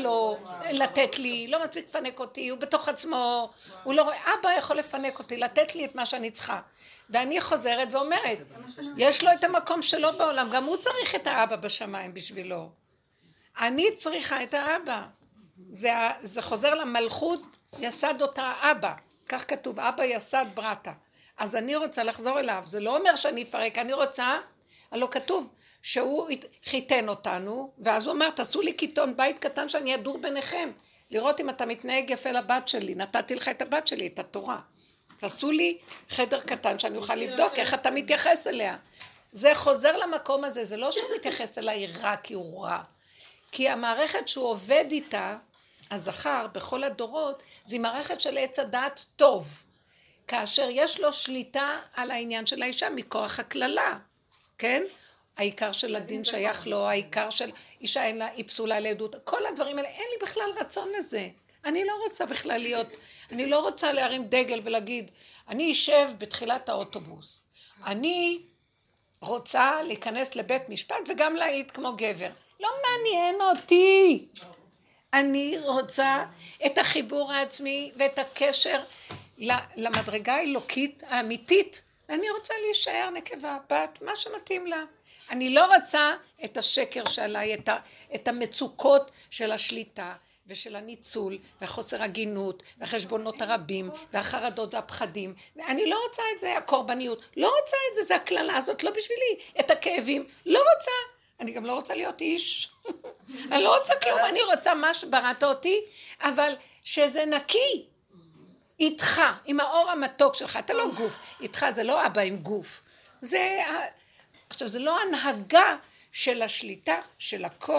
לתת לי, לא מספיק לפנק אותי, הוא בתוך עצמו, הוא לא רואה, אבא יכול לפנק אותי, לתת לי את מה שאני צריכה. ואני חוזרת ואומרת, יש לו את המקום שלו בעולם, גם הוא צריך את האבא בשמיים בשבילו. אני צריכה את האבא. זה חוזר למלכות, יסד אותה אבא. כך כתוב, אבא יסד ברטה. אז אני רוצה לחזור אליו, זה לא אומר שאני אפרק, אני רוצה, הלא כתוב, שהוא חיתן אותנו, ואז הוא אמר, תעשו לי קיטון, בית קטן שאני אדור ביניכם, לראות אם אתה מתנהג יפה לבת שלי, נתתי לך את הבת שלי, את התורה. תעשו לי חדר קטן שאני אוכל לבדוק איך אתה מתייחס אליה. זה חוזר למקום הזה, זה לא שהוא מתייחס אליי רע כי הוא רע, כי המערכת שהוא עובד איתה, הזכר בכל הדורות, זה מערכת של עץ הדעת טוב, כאשר יש לו שליטה על העניין של האישה מכוח הכללה, כן? העיקר של הדין שייך לו, העיקר של אישה אין לה, היא פסולה לעדות, כל הדברים האלה, אין לי בכלל רצון לזה. אני לא רוצה בכלל להיות, אני לא רוצה להרים דגל ולהגיד, אני אשב בתחילת האוטובוס, אני רוצה להיכנס לבית משפט וגם להעיד כמו גבר. לא מעניין אותי. אני רוצה את החיבור העצמי ואת הקשר למדרגה האלוקית האמיתית. אני רוצה להישאר נקבה, בת, מה שמתאים לה. אני לא רוצה את השקר שעליי, את המצוקות של השליטה ושל הניצול והחוסר הגינות והחשבונות הרבים והחרדות והפחדים. אני לא רוצה את זה, הקורבניות. לא רוצה את זה, זה הכללה הזאת, לא בשבילי. את הכאבים, לא רוצה. אני גם לא רוצה להיות איש. אני לא רוצה כלום, אני רוצה מה שבראת אותי, אבל שזה נקי. איתך, עם האור המתוק שלך, אתה לא גוף, איתך זה לא אבא עם גוף. עכשיו, זה לא הנהגה של השליטה, של הכוח,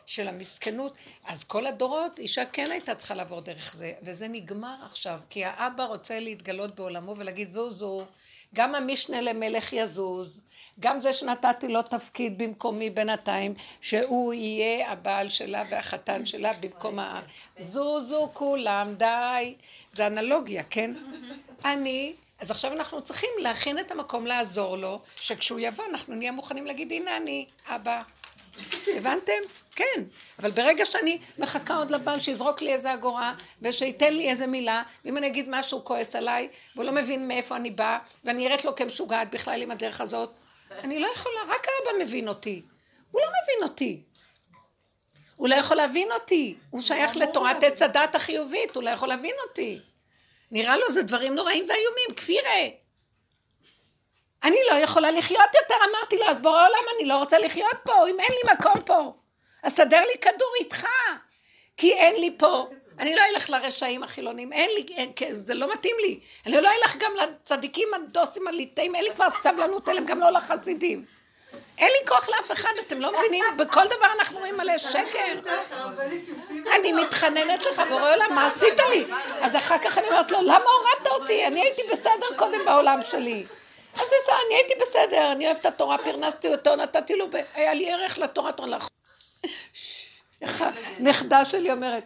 של המסכנות. אז כל הדורות, אישה כן הייתה צריכה לעבור דרך זה, וזה נגמר עכשיו, כי האבא רוצה להתגלות בעולמו ולהגיד זוזו, גם המשנה למלך יזוז, גם זה שנתתי לו תפקיד במקומי בינתיים, שהוא יהיה הבעל שלה והחתן שלה במקום זוזו כולם, די. זה אנלוגיה, כן? אז עכשיו אנחנו צריכים להכין את המקום לעזור לו, שכשהוא יבוא אנחנו נהיה מוכנים להגיד, הנה אני, אבא. הבנתם? כן. אבל ברגע שאני מחכה עוד לבעל שיזרוק לי איזה אגורה, ושייתן לי איזה מילה, ואם אני אגיד משהו כועס עליי, והוא לא מבין מאיפה אני באה, ואני אראה לו כמשוגעת בכלל עם הדרך הזאת, אני לא יכולה, רק האבא מבין אותי. הוא לא מבין אותי. הוא לא יכול להבין אותי. הוא שייך לתורת עץ הדת החיובית, הוא לא יכול להבין אותי. נראה לו זה דברים נוראים ואיומים, כפירה. אני לא יכולה לחיות יותר, אמרתי לו, אז בורא עולם אני לא רוצה לחיות פה, אם אין לי מקום פה. אז סדר לי כדור איתך, כי אין לי פה. אני לא אלך לרשעים החילונים, אין לי, זה לא מתאים לי. אני לא אלך גם לצדיקים הדוסים הליטאים, אין לי כבר סבלנות, אלה גם לא לחסידים. אין לי כוח לאף אחד, אתם לא מבינים, בכל דבר אנחנו רואים מלא שקר. אני מתחננת לך, בורא עולם, מה עשית לי? אז אחר כך אני אומרת לו, למה הורדת אותי? אני הייתי בסדר קודם בעולם שלי. אז זה, אני הייתי בסדר, אני אוהבת את התורה, פרנסתי אותו, נתתי לו, היה לי ערך לתורה, נכדה שלי אומרת,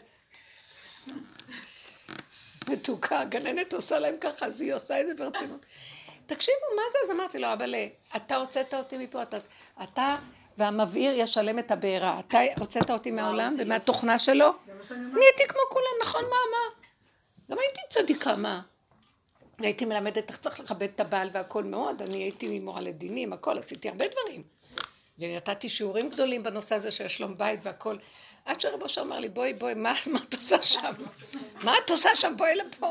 מתוקה, גננת עושה להם ככה, אז היא עושה את זה ברצינות. תקשיבו, מה זה? אז אמרתי לו, אבל אתה הוצאת אותי מפה, אתה והמבעיר ישלם את הבעירה, אתה הוצאת אותי מהעולם ומהתוכנה שלו, אני הייתי כמו כולם, נכון, מה? גם הייתי צדיקה, מה? הייתי מלמדת איך צריך לכבד את הבעל והכל מאוד, אני הייתי מורה לדינים, הכל, עשיתי הרבה דברים. ונתתי שיעורים גדולים בנושא הזה של שלום בית והכל. עד שרב אושר אמר לי, בואי, מה את עושה שם? מה את עושה שם? בואי לפה.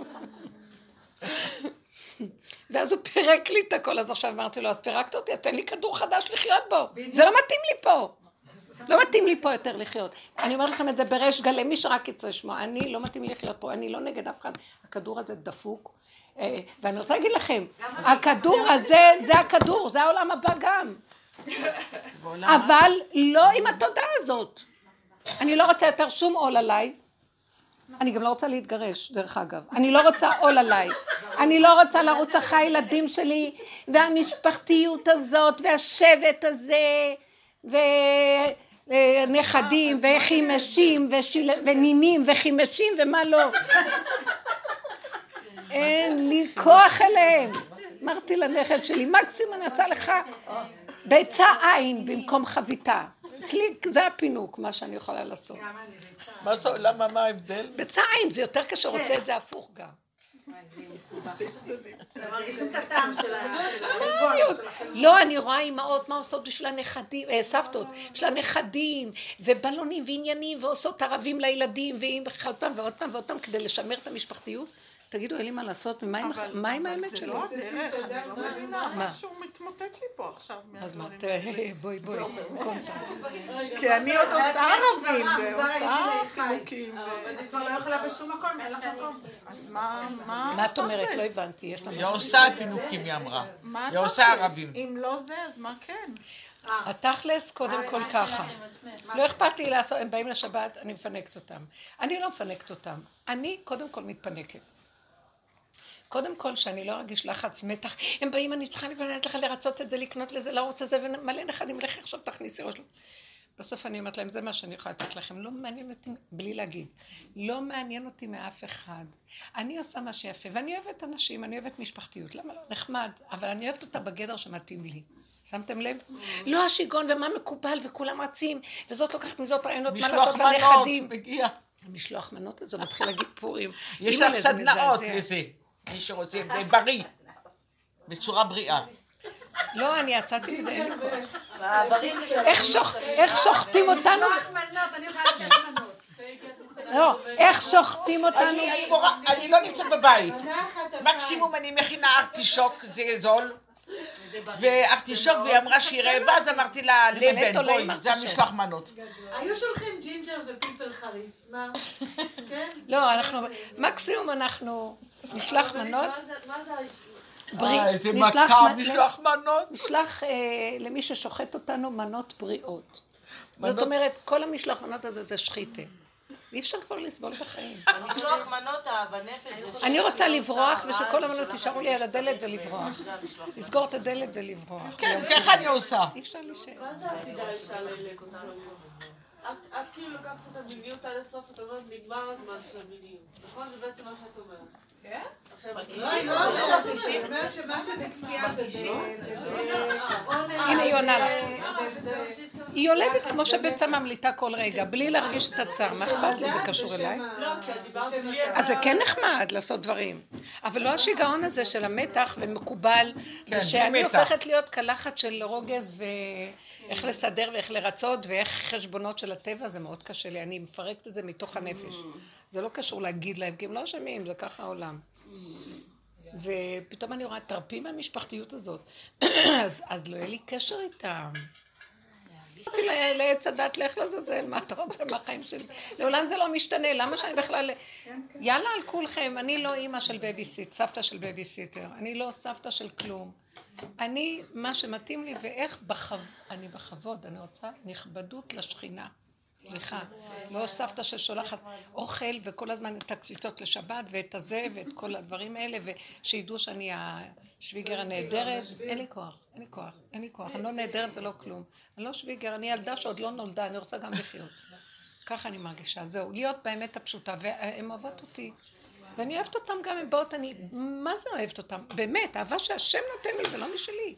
ואז הוא פירק לי את הכל, אז עכשיו אמרתי לו, אז פירקת אותי, אז תן לי כדור חדש לחיות בו. זה לא מתאים לי פה. לא מתאים לי פה יותר לחיות. אני אומרת לכם את זה בריש גלי, מי שרק יצא לשמוע, אני לא מתאים לי לחיות פה, אני לא נגד אף אחד. הכדור הזה דפוק. ואני רוצה להגיד לכם, הכדור הזה, זה הכדור, זה העולם הבא גם. אבל לא עם התודעה הזאת. אני לא רוצה יותר שום עול עליי. אני גם לא רוצה להתגרש, דרך אגב. אני לא רוצה עול עליי. אני לא רוצה לרוץ אחרי הילדים שלי, והמשפחתיות הזאת, והשבט הזה, ונכדים, וחימשים, ונינים, וחימשים, ומה לא. אין לי כוח אליהם. אמרתי לנכד שלי, מקסימום אני עושה לך ביצה עין במקום חביתה. אצלי זה הפינוק, מה שאני יכולה לעשות. למה, מה ההבדל? ביצה עין, זה יותר קשה, רוצה את זה הפוך גם. לא, אני רואה אמאות מה עושות בשביל הנכדים, סבתות, בשביל הנכדים, ובלונים ועניינים, ועושות ערבים לילדים, ועוד פעם ועוד פעם ועוד פעם, כדי לשמר את המשפחתיות. תגידו, אין לי מה לעשות, ומה עם האמת שלו? אבל זה לא דרך, אני לא מבינה, משהו מתמוטט לי פה עכשיו. אז מה, בואי, קונטה. כי אני עוד עושה ערבים, ועושה חילוקים. אני כבר לא יכולה בשום מקום, אין לך מקום. אז מה? מה את אומרת? לא הבנתי. היא עושה פינוקים, היא אמרה. היא עושה ערבים. אם לא זה, אז מה כן? התכלס קודם כל ככה. לא אכפת לי לעשות, הם באים לשבת, אני מפנקת אותם. אני לא מפנקת אותם. אני קודם כל מתפנקת. קודם כל שאני לא ארגיש לחץ, מתח, הם באים, אני צריכה לבנת לך לרצות את זה, לקנות לזה, לערוץ הזה, ומלא נכדים, לך עכשיו תכניסי ראש. בסוף אני אומרת להם, זה מה שאני יכולה לתת לכם, לא מעניין אותי, בלי להגיד, לא מעניין אותי מאף אחד. אני עושה מה שיפה, ואני אוהבת אנשים, אני אוהבת משפחתיות, למה לא? נחמד, אבל אני אוהבת אותה בגדר שמתאים לי. שמתם לב? לא השיגון ומה מקובל וכולם רצים, וזאת לוקחת מזאת רעיונות, מה לעשות לנכדים. משלוח מנות, אז הוא מתחיל להגיד פורים. יש לך סדנאות לזה. מי שרוצה, בריא, בצורה בריאה. לא, אני יצאתי מזה, אין לי כוח. איך שוחטים אותנו? לא, איך שוחטים אותנו? אני לא נמצאת בבית. מקסימום אני מכינה ארטישוק, זה זול. וארטישוק, והיא אמרה שהיא רעבה, אז אמרתי לה, לבן, בואי, זה המשלוח מנות. היו שולחים ג'ינג'ר ופלפל חריף, מה? כן? לא, מקסימום אנחנו נשלח מנות. איזה מכה, משלוח מנות. נשלח למי ששוחט אותנו מנות בריאות. זאת אומרת, כל המשלוח מנות הזה זה שחיתה. אי אפשר כבר לסבול בחיים. המשלוח מנות בנפש. אני רוצה לברוח ושכל המנות תישארו לי על הדלת ולברוח. לסגור את הדלת ולברוח. כן, ככה אני עושה. אי אפשר להישאר. מה זה עתידה אישה ללק אותנו? את כאילו לוקחת את המיניות עד הסוף, את אומרת, נגמר הזמן של המיניות. נכון? זה בעצם מה שאת אומרת. כן? עכשיו, לא מרגישים. זאת אומרת שמה שבכפייה הנה היא עונה לך. היא יולדת כמו שביצה ממליטה כל רגע, בלי להרגיש את הצער. מה אכפת לי? זה קשור אליי? לא, כי את דיברת בלי... אז זה כן נחמד לעשות דברים. אבל לא השיגעון הזה של המתח ומקובל, ושאני הופכת להיות קלחת של רוגז ואיך לסדר ואיך לרצות ואיך חשבונות של הטבע, זה מאוד קשה לי. אני מפרקת את זה מתוך הנפש. זה לא קשור להגיד להם, כי הם לא אשמים, זה ככה העולם. ופתאום אני רואה, תרפי מהמשפחתיות הזאת. אז לא יהיה לי קשר איתם. אמרתי לעץ הדת, לך לזלזל, מה אתה רוצה מהחיים שלי? לעולם זה לא משתנה, למה שאני בכלל... יאללה על כולכם, אני לא אימא של בייביסיט, סבתא של בייביסיטר, אני לא סבתא של כלום. אני, מה שמתאים לי, ואיך אני בכבוד, אני רוצה נכבדות לשכינה. סליחה, לא סבתא ששולחת אוכל וכל הזמן את הקציצות לשבת ואת הזה ואת כל הדברים האלה ושידעו שאני השוויגר הנהדרת. אין לי כוח, אני לא נהדרת ולא כלום. אני לא שוויגר, אני ילדה שעוד לא נולדה, אני רוצה גם לחיות. ככה אני מרגישה, זהו, להיות באמת הפשוטה, והן אוהבות אותי. ואני אוהבת אותם גם, הן באות, מה זה אוהבת אותם? באמת, האהבה שהשם נותן לי זה לא משלי.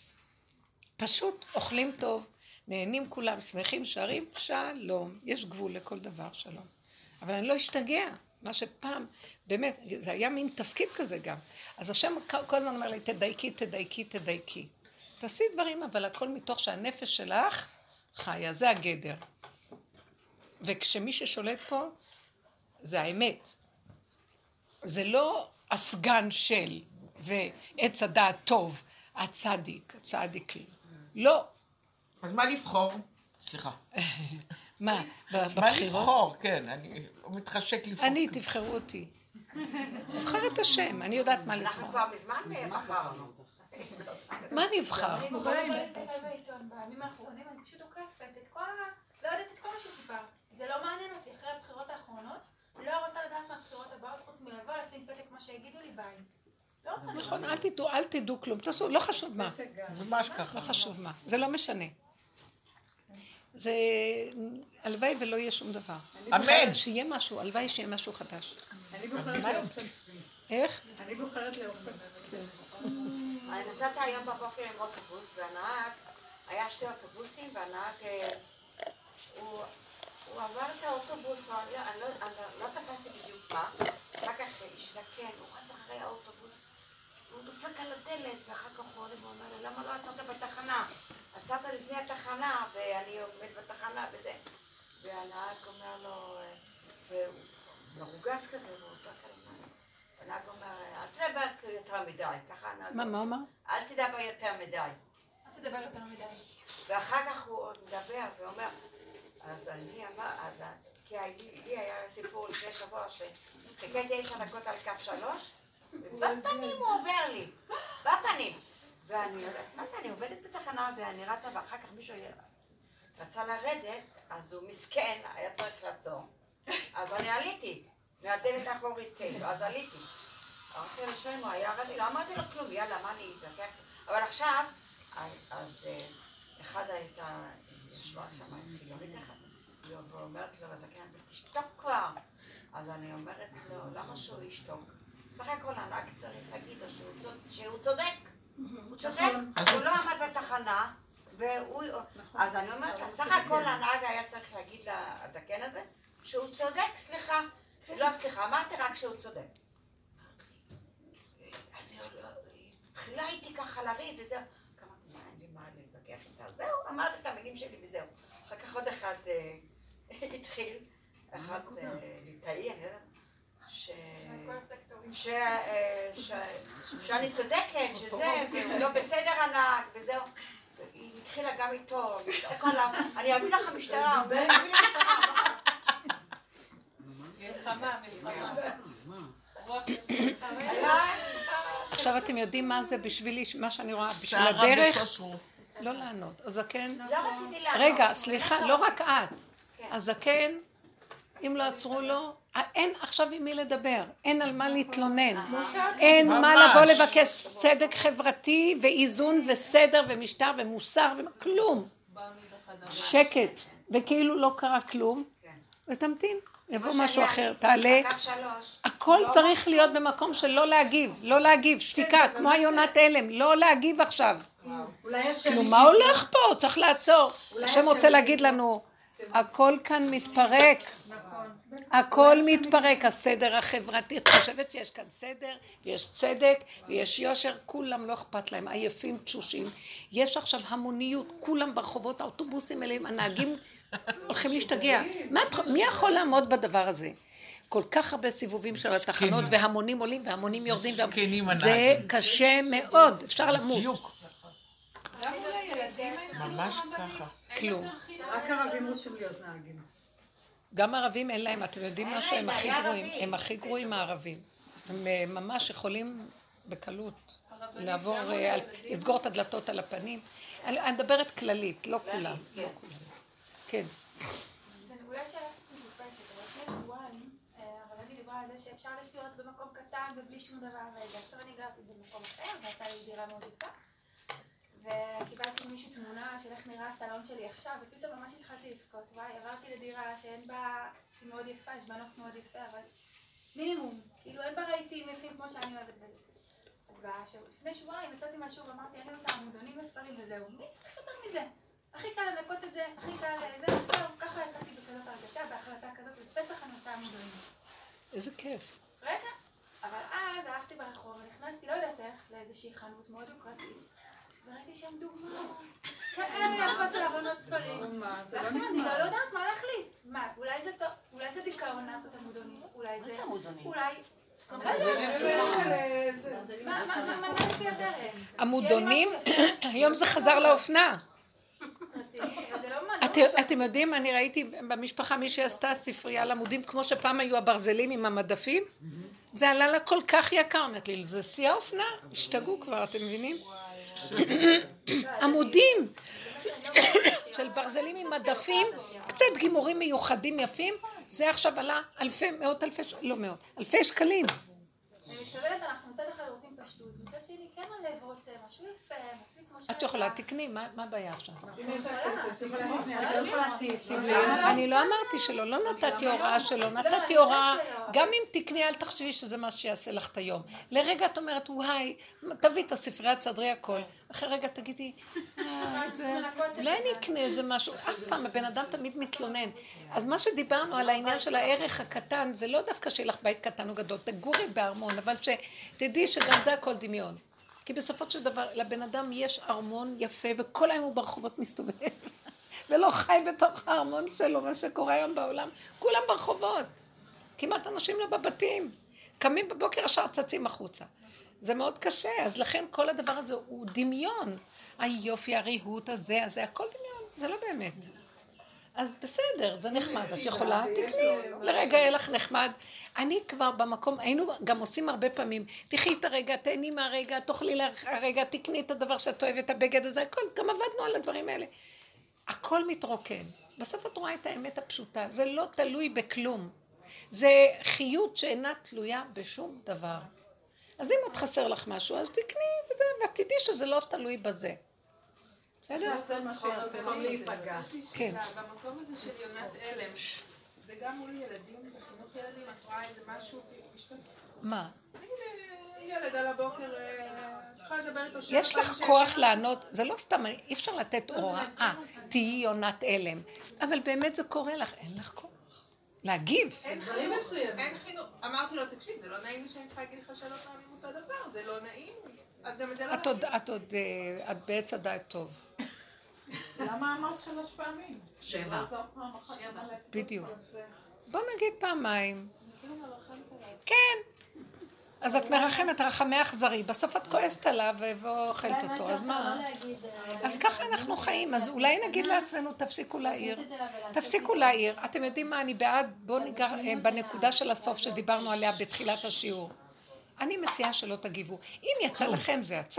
פשוט אוכלים טוב. נהנים כולם, שמחים, שרים, שלום. יש גבול לכל דבר, שלום. אבל אני לא אשתגע. מה שפעם, באמת, זה היה מין תפקיד כזה גם. אז השם כל הזמן אומר לי, תדייקי. תעשי דברים, אבל הכל מתוך שהנפש שלך חיה, זה הגדר. וכשמי ששולט פה, זה האמת. זה לא הסגן של, ועץ הדעת טוב, הצדיק. לא. אז מה לבחור? סליחה. מה? מה לבחור? כן, אני מתחשק לבחור. תבחרו אותי. נבחר את השם, אני יודעת מה לבחור. אנחנו כבר מזמן בחרנו. מה נבחר? אני בוחרת לא להסתכל בעיתון, בימים האחרונים אני פשוט עוקפת את כל לא יודעת את כל מה שסיפרת. זה לא מעניין אותי, אחרי הבחירות האחרונות, לא רוצה לדעת מהבחירות הבאות, חוץ מלבוא, לשים פתק מה שיגידו לי ביי. נכון, אל תדעו כלום, תעשו, לא חשוב מה. ממש ככה. לא חשוב מה, זה לא משנה. זה הלוואי ולא יהיה שום דבר. אמן. שיהיה משהו, הלוואי שיהיה משהו חדש. אני בוחרת לאופן צבי. איך? אני בוחרת לאופן צבי. אני נסעתי היום בבוקר עם אוטובוס, והנהג, היה שתי אוטובוסים, והנהג, הוא עבר את האוטובוס, אני לא תפסתי בדיוק מה, אחר כך איש זקן, הוא רץ אחרי האוטובוס, הוא דופק על הדלת, ואחר כך הוא אומר לי, למה לא עצרת בתחנה? עצרת לפני התחנה, ואני עומד בתחנה וזה. והנהג אומר לו, והוא מרוגז כזה, והוא צועק על הנהג. והנהג אומר, אל תדבר יותר מדי, ככה הנהג. מה אומר? אל תדבר יותר מדי. אל תדבר יותר מדי. ואחר כך הוא עוד מדבר ואומר, אז אני אמר, כי לי היה סיפור לפני שבוע שחיכיתי 10 דקות על קו 3, ובפנים הוא עובר לי, בפנים. ואני עובדת בתחנה ואני רצה, ואחר כך מישהו רצה לרדת, אז הוא מסכן, היה צריך לעצור. אז אני עליתי, מהדלת האחורית כאילו, אז עליתי. אמרתי לו שם, הוא היה רבי, לא אמרתי לו כלום, יאללה, מה אני אתווכח? אבל עכשיו, אז אחד הייתה, ישבה שם, חילונית אחד, ואומרת לו, הזקן הזה, תשתוק כבר. אז אני אומרת לו, למה שהוא ישתוק? סך הכל הנהג צריך להגיד לו שהוא צודק. הוא צודק, הוא לא עמד בתחנה, אז אני אומרת לה, סך הכל הנהג היה צריך להגיד לזקן הזה, שהוא צודק, סליחה. לא, סליחה, אמרתי רק שהוא צודק. אז היא התחילה איתי ככה לריב וזהו. כמה, אין לי מה להתווכח איתה. זהו, אמרת את המילים שלי וזהו. אחר כך עוד אחד התחיל, אחד ליטאי, אני יודעת, שאני צודקת, שזה, והוא לא בסדר ענק, וזהו. היא התחילה גם איתו, לצעוק עליו, אני אביא לך משטרה, עכשיו אתם יודעים מה זה בשבילי, מה שאני רואה, בשביל הדרך, לא לענות. הזקן... לא רציתי לענות. רגע, סליחה, לא רק את. הזקן, אם לא עצרו לו, אין עכשיו עם מי לדבר, אין על מה להתלונן, אין מה לבוא לבקש צדק חברתי ואיזון וסדר ומשטר ומוסר וכלום. שקט, וכאילו לא קרה כלום, ותמתין, יבוא משהו אחר, תעלה. הכל צריך להיות במקום של לא להגיב, לא להגיב, שתיקה, כמו היונת אלם, לא להגיב עכשיו. כלום, מה הולך פה? צריך לעצור. השם רוצה להגיד לנו, הכל כאן מתפרק. הכל מתפרק, הסדר החברתי. את חושבת שיש כאן סדר, ויש צדק, ויש יושר, כולם לא אכפת להם, עייפים, תשושים. יש עכשיו המוניות, כולם ברחובות, האוטובוסים אליהם, הנהגים הולכים להשתגע. מי יכול לעמוד בדבר הזה? כל כך הרבה סיבובים של התחנות, והמונים עולים, והמונים יורדים, זה קשה מאוד, אפשר למות. ממש ככה. כלום. רק ערבים רוצים להיות נהגים. גם ערבים אין להם, אתם יודעים משהו, הם הכי גרועים, הם הכי גרועים מהערבים. הם ממש יכולים בקלות לעבור, לסגור את הדלתות על הפנים. אני מדברת כללית, לא כולם. כן. זה אולי שאלה מטופשת, אבל לפני שבועיים, אבל אני דיברה על זה שאפשר לחיות במקום קטן ובלי שום דבר רגע. עכשיו אני גרתי במקום אחר, והייתה לי דירה מאוד יפה. וקיבלתי ממישהו תמונה של איך נראה הסלון שלי עכשיו, ופתאום ממש התחלתי לבכות. וואי, עברתי לדירה שאין בה, היא מאוד יפה, יש בה נוף מאוד יפה, אבל מינימום, כאילו אין בה רהיטים יפים כמו שאני אוהבת בזה. אז לפני שבועיים יצאתי מהשור ואמרתי, אני עושה עמודונים לספרים וזהו, מי צריך יותר מזה? הכי קל לנקות את זה, הכי קל לזה, וזהו, ככה יצאתי בכזאת הרגשה, בהחלטה כזאת, בפסח אני עושה עמודונים. איזה כיף. רגע, אבל אז הלכתי ברחוב ונכנסתי, לא יודעת איך, לאיזושהי חנות מאוד יוקרתית. וראיתי שם דוגמאות, כאלה יפות של ארונות ספרים. ועכשיו אני לא יודעת מה להחליט. מה, אולי זה דיכאון לעשות עמודונים? אולי זה... אולי... מה לפי הדרך? עמודונים? היום זה חזר לאופנה. אתם יודעים, אני ראיתי במשפחה מי שעשתה ספרייה על עמודים, כמו שפעם היו הברזלים עם המדפים, זה עלה לה כל כך יקר, אמרת לי, זה שיא האופנה, השתגעו כבר, אתם מבינים? עמודים של ברזלים עם מדפים, קצת גימורים מיוחדים יפים, זה עכשיו עלה אלפי שקלים. אני מתכוונת, אנחנו מצד אחד רוצים פשטות, מצד שני כן הלב רוצה משהו יפה, את יכולה, תקני, מה הבעיה עכשיו? אם יש לך כסף, לא יכולה טיפ. אני לא אמרתי שלא, לא נתתי הוראה שלא, נתתי הוראה, גם אם תקני אל תחשבי שזה מה שיעשה לך את היום. לרגע את אומרת, וואי, תביא את הספרייה, תסדרי הכל. אחרי רגע תגידי, אולי אני אקנה איזה משהו, אף פעם הבן אדם תמיד מתלונן. אז מה שדיברנו על העניין של הערך הקטן, זה לא דווקא שיהיה לך בית קטן או גדול, תגורי בארמון, אבל שתדעי שגם זה הכל דמיון. כי בסופו של דבר, לבן אדם יש ארמון יפה, וכל היום הוא ברחובות מסתובב, ולא חי בתוך הארמון שלו, מה שקורה היום בעולם. כולם ברחובות. כמעט אנשים לא בבתים. קמים בבוקר ישר צצים החוצה. זה מאוד קשה, אז לכן כל הדבר הזה הוא דמיון. היופי, הריהוט הזה, הכל דמיון, זה לא באמת. אז בסדר, זה נחמד, את יכולה, תקני, לרגע יהיה לך נחמד. אני כבר במקום, היינו גם עושים הרבה פעמים, תחי את הרגע, תהני מהרגע, תאכלי הרגע, תקני את הדבר שאת אוהבת, הבגד הזה, הכל, גם עבדנו על הדברים האלה. הכל מתרוקן. בסוף את רואה את האמת הפשוטה, זה לא תלוי בכלום. זה חיות שאינה תלויה בשום דבר. אז אם עוד חסר לך משהו, אז תקני, ותדעי שזה לא תלוי בזה. בסדר? כן. במקום הזה של יונת אלם, זה גם מול ילדים, בחינוך ילדים, את רואה איזה משהו, מה? נגיד ילד על הבוקר, יכולה לדבר איתו יש לך כוח לענות, זה לא סתם, אי אפשר לתת הוראה, תהי יונת אלם, אבל באמת זה קורה לך, אין לך כוח. להגיב. אין חינוך. אמרתי לו, תקשיב, זה לא נעים לי שאני צריכה להגיד לך שלא פעמים אותו דבר, זה לא נעים. אז גם את זה לא נעים. את בעץ הדעת טוב. למה אמרת 3 פעמים? 7. בדיוק. בוא נגיד פעמיים. כן. אז את מרחמת רחמי אכזרי, בסוף את כועסת עליו ואוכלת אותו, אז מה? אז ככה אנחנו חיים, אז אולי נגיד לעצמנו, תפסיקו להעיר. תפסיקו להעיר. אתם יודעים מה, אני בעד, בואו ניגע בנקודה של הסוף שדיברנו עליה בתחילת השיעור. אני מציעה שלא תגיבו. אם יצא לכם, זה יצא.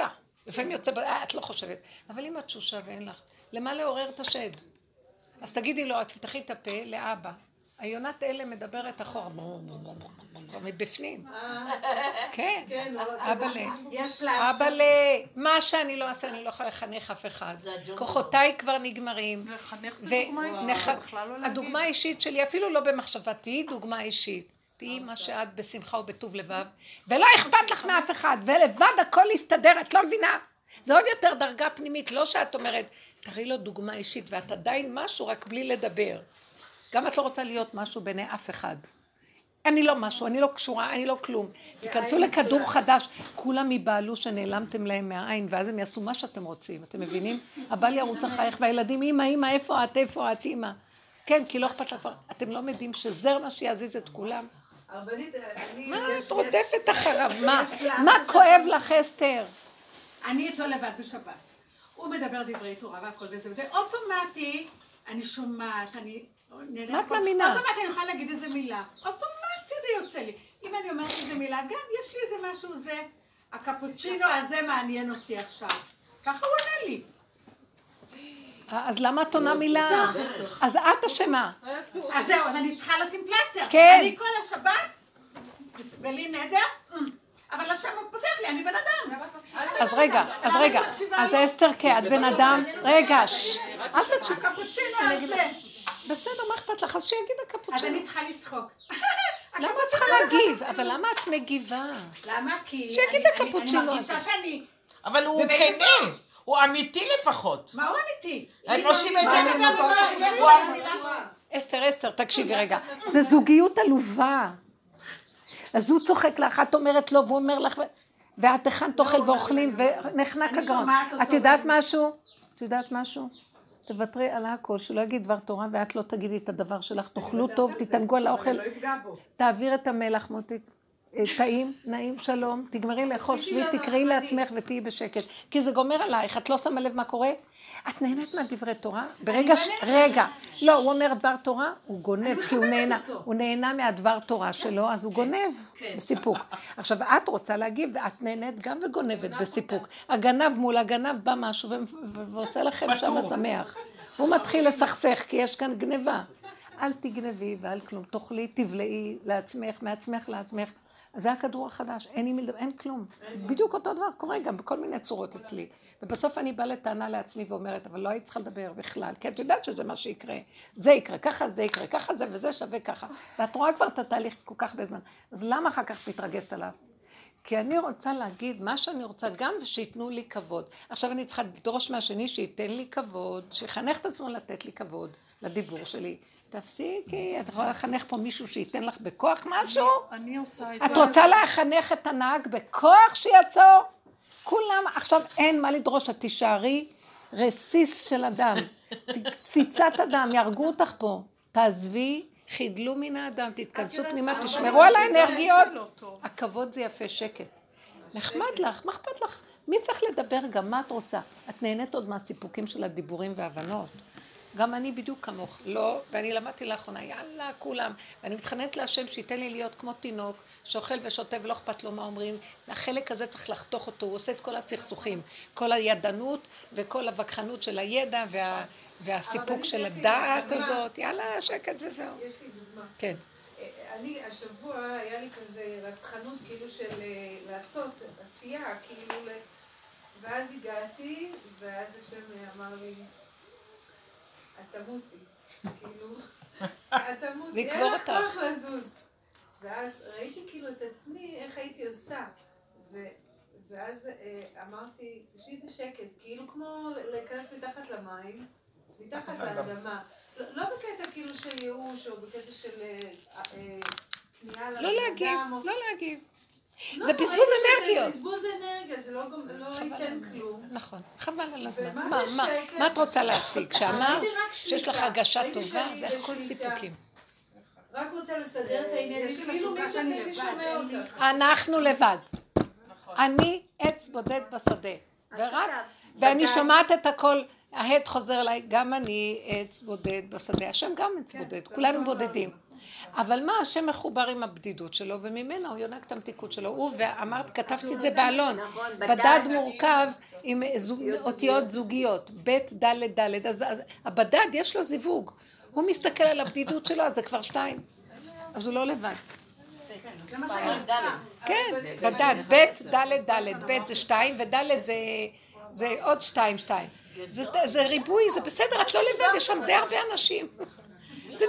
לפעמים יוצא, את לא חושבת. אבל אם את שושה ואין לך, למה לעורר את השד? אז תגידי לו, את תפתחי את הפה לאבא. היונת אלה מדברת אחורה, מבפנים. כן, אבא ל... מה שאני לא אעשה, אני לא יכולה לחנך אף אחד. כוחותיי כבר נגמרים. לחנך זה דוגמה אישית, בכלל לא להגיד. הדוגמה האישית שלי, אפילו לא במחשבה, תהי דוגמה אישית. תהי מה שאת בשמחה ובטוב לבב, ולא אכפת לך מאף אחד, ולבד הכל יסתדר, את לא מבינה. זה עוד יותר דרגה פנימית, לא שאת אומרת, תראי לו דוגמה אישית, ואת עדיין משהו רק בלי לדבר. גם את לא רוצה להיות משהו בעיני אף אחד. אני לא משהו, אני לא קשורה, אני לא כלום. תיכנסו לכדור חדש, כולם יבעלו שנעלמתם להם מהעין, ואז הם יעשו מה שאתם רוצים, אתם מבינים? הבעל ירוץ אחריך, והילדים, אמא, איפה את, אמא? כן, כי לא אכפת לך כבר, אתם לא יודעים שזר מה שיזיז את כולם. מה את רודפת אחריו? מה כואב לך, אסתר? אני איתו לבד בשבת. הוא מדבר דברי תורה והכל וזה, אוטומטי, אני שומעת, אני... מה את מאמינה? אוטומטי אני יכולה להגיד איזה מילה, אוטומטי זה יוצא לי. אם אני אומרת איזה מילה, גם יש לי איזה משהו, זה, הקפוצ'ינו הזה מעניין אותי עכשיו. ככה הוא עונה לי. אז למה את עונה מילה? אז את אשמה. אז זהו, אז אני צריכה לשים פלסטר. כן. אני כל השבת, בלי נדר, אבל השם הוא פותח לי, אני בן אדם. אז רגע, אז אסתר, את בן אדם, רגע, אל תקשיב. הקפוצ'ינו הזה. בסדר, מה אכפת לך? אז שיגיד הקפוצ'ינו. אז אני צריכה לצחוק. למה את צריכה להגיב? אבל למה את מגיבה? למה? כי... שיגיד הקפוצ'ינו הזה. אני מרגישה שאני... אבל הוא כנה, הוא אמיתי לפחות. מה הוא אמיתי? הם עושים את זה אסתר, תקשיבי רגע. זה זוגיות עלובה. אז הוא צוחק לך, את אומרת לו, והוא אומר לך, ואת הכנת אוכל ואוכלים, ונחנק הגרון. את יודעת משהו? תוותרי על הכל, שלא יגיד דבר תורה, ואת לא תגידי את הדבר שלך, תאכלו טוב, תתענגו על האוכל, תעביר את המלח, מותק, טעים, נעים, שלום, תגמרי לאכול, שבי, תקראי לעצמך ותהיי בשקט, כי זה גומר עלייך, את לא שמה לב מה קורה? את נהנית מהדברי תורה? רגע, לא, הוא אומר דבר תורה, הוא גונב, כי הוא נהנה מהדבר תורה שלו, אז הוא גונב בסיפוק. עכשיו, את רוצה להגיב, ואת נהנית גם וגונבת בסיפוק. הגנב מול הגנב בא משהו ועושה לכם שם שמח. הוא מתחיל לסכסך, כי יש כאן גניבה. אל תגנבי ואל כלום, תאכלי, תבלעי לעצמך, מעצמך לעצמך. זה הכדור החדש, אין כלום. בדיוק אותו דבר קורה גם בכל מיני צורות אצלי. ובסוף אני באה לטענה לעצמי ואומרת, אבל לא היית צריכה לדבר בכלל, כי את יודעת שזה מה שיקרה. זה יקרה ככה, זה יקרה ככה, זה וזה שווה ככה. ואת רואה כבר את התהליך כל כך בזמן. אז למה אחר כך מתרגשת עליו? כי אני רוצה להגיד מה שאני רוצה גם ושיתנו לי כבוד. עכשיו אני צריכה לדרוש מהשני שייתן לי כבוד, שיחנך את עצמו לתת לי כבוד לדיבור שלי. תפסיקי, את יכולה לחנך פה מישהו שייתן לך בכוח משהו? אני עושה את זה. את רוצה לחנך את הנהג בכוח שיעצור? כולם, עכשיו אין מה לדרוש, את תישארי רסיס של אדם, ציצת אדם, ירגו אותך פה, תעזבי, חידלו מן האדם, תתכנסו פנימה, תשמרו על האנרגיות. הכבוד זה יפה, שקט. נחמד לך, מה אכפת לך? מי צריך לדבר גם מה את רוצה? את נהנית עוד מהסיפוקים של הדיבורים והבנות. גם אני בדיוק כמוך, לא, ואני למדתי לאחרונה, יאללה, כולם, ואני מתחננת להשם שייתן לי להיות כמו תינוק, שאוכל ושוטה ולא אכפת לו מה אומרים, והחלק הזה צריך לחתוך אותו, הוא עושה את כל הסכסוכים, כל הידענות וכל הווכחנות של הידע והסיפוק של הדעת הזאת, יאללה, שקט וזהו. יש לי דוגמה. כן. אני, השבוע היה לי כזה רצחנות כאילו של לעשות עשייה, כאילו, ואז הגעתי, ואז השם אמר לי, את תמותי, כאילו, את תמותי, אין לך כוח לזוז. ואז ראיתי כאילו את עצמי, איך הייתי עושה. ואז אמרתי, תשבי בשקט, כאילו כמו להיכנס מתחת למים, מתחת לאדמה. לא בקטע כאילו של ייאוש, או בקטע של כניעה לאדם. לא להגיב, לא להגיב. זה בזבוז אנרגיות. זה בזבוז אנרגיה, זה לא ייתן כלום. נכון, חבל על הזמן. מה את רוצה להשיג? שאמרת שיש לך הרגשה טובה, זה הכל סיפוקים. רק רוצה לסדר את העניינים, כאילו מי שומע אותך. אנחנו לבד. אני עץ בודד בשדה. ואני שומעת את הכל, ההד חוזר אליי, גם אני עץ בודד בשדה. השם גם עץ בודד, כולנו בודדים. אבל מה, השם מחובר עם הבדידות שלו, וממנו הוא יונק את המתיקות שלו. הוא, ואמרת, כתבתי את זה באלון, בדד מורכב עם אותיות זוגיות, ב' ד' ד', אז הבדד יש לו זיווג, הוא מסתכל על הבדידות שלו, אז זה כבר 2, אז הוא לא לבד. זה מה שאני עושה. כן, בדד, ב' ד' ד', ב' זה 2 וד' זה עוד 2. זה ריבוי, זה בסדר, את לא לבד, יש שם די הרבה אנשים. זה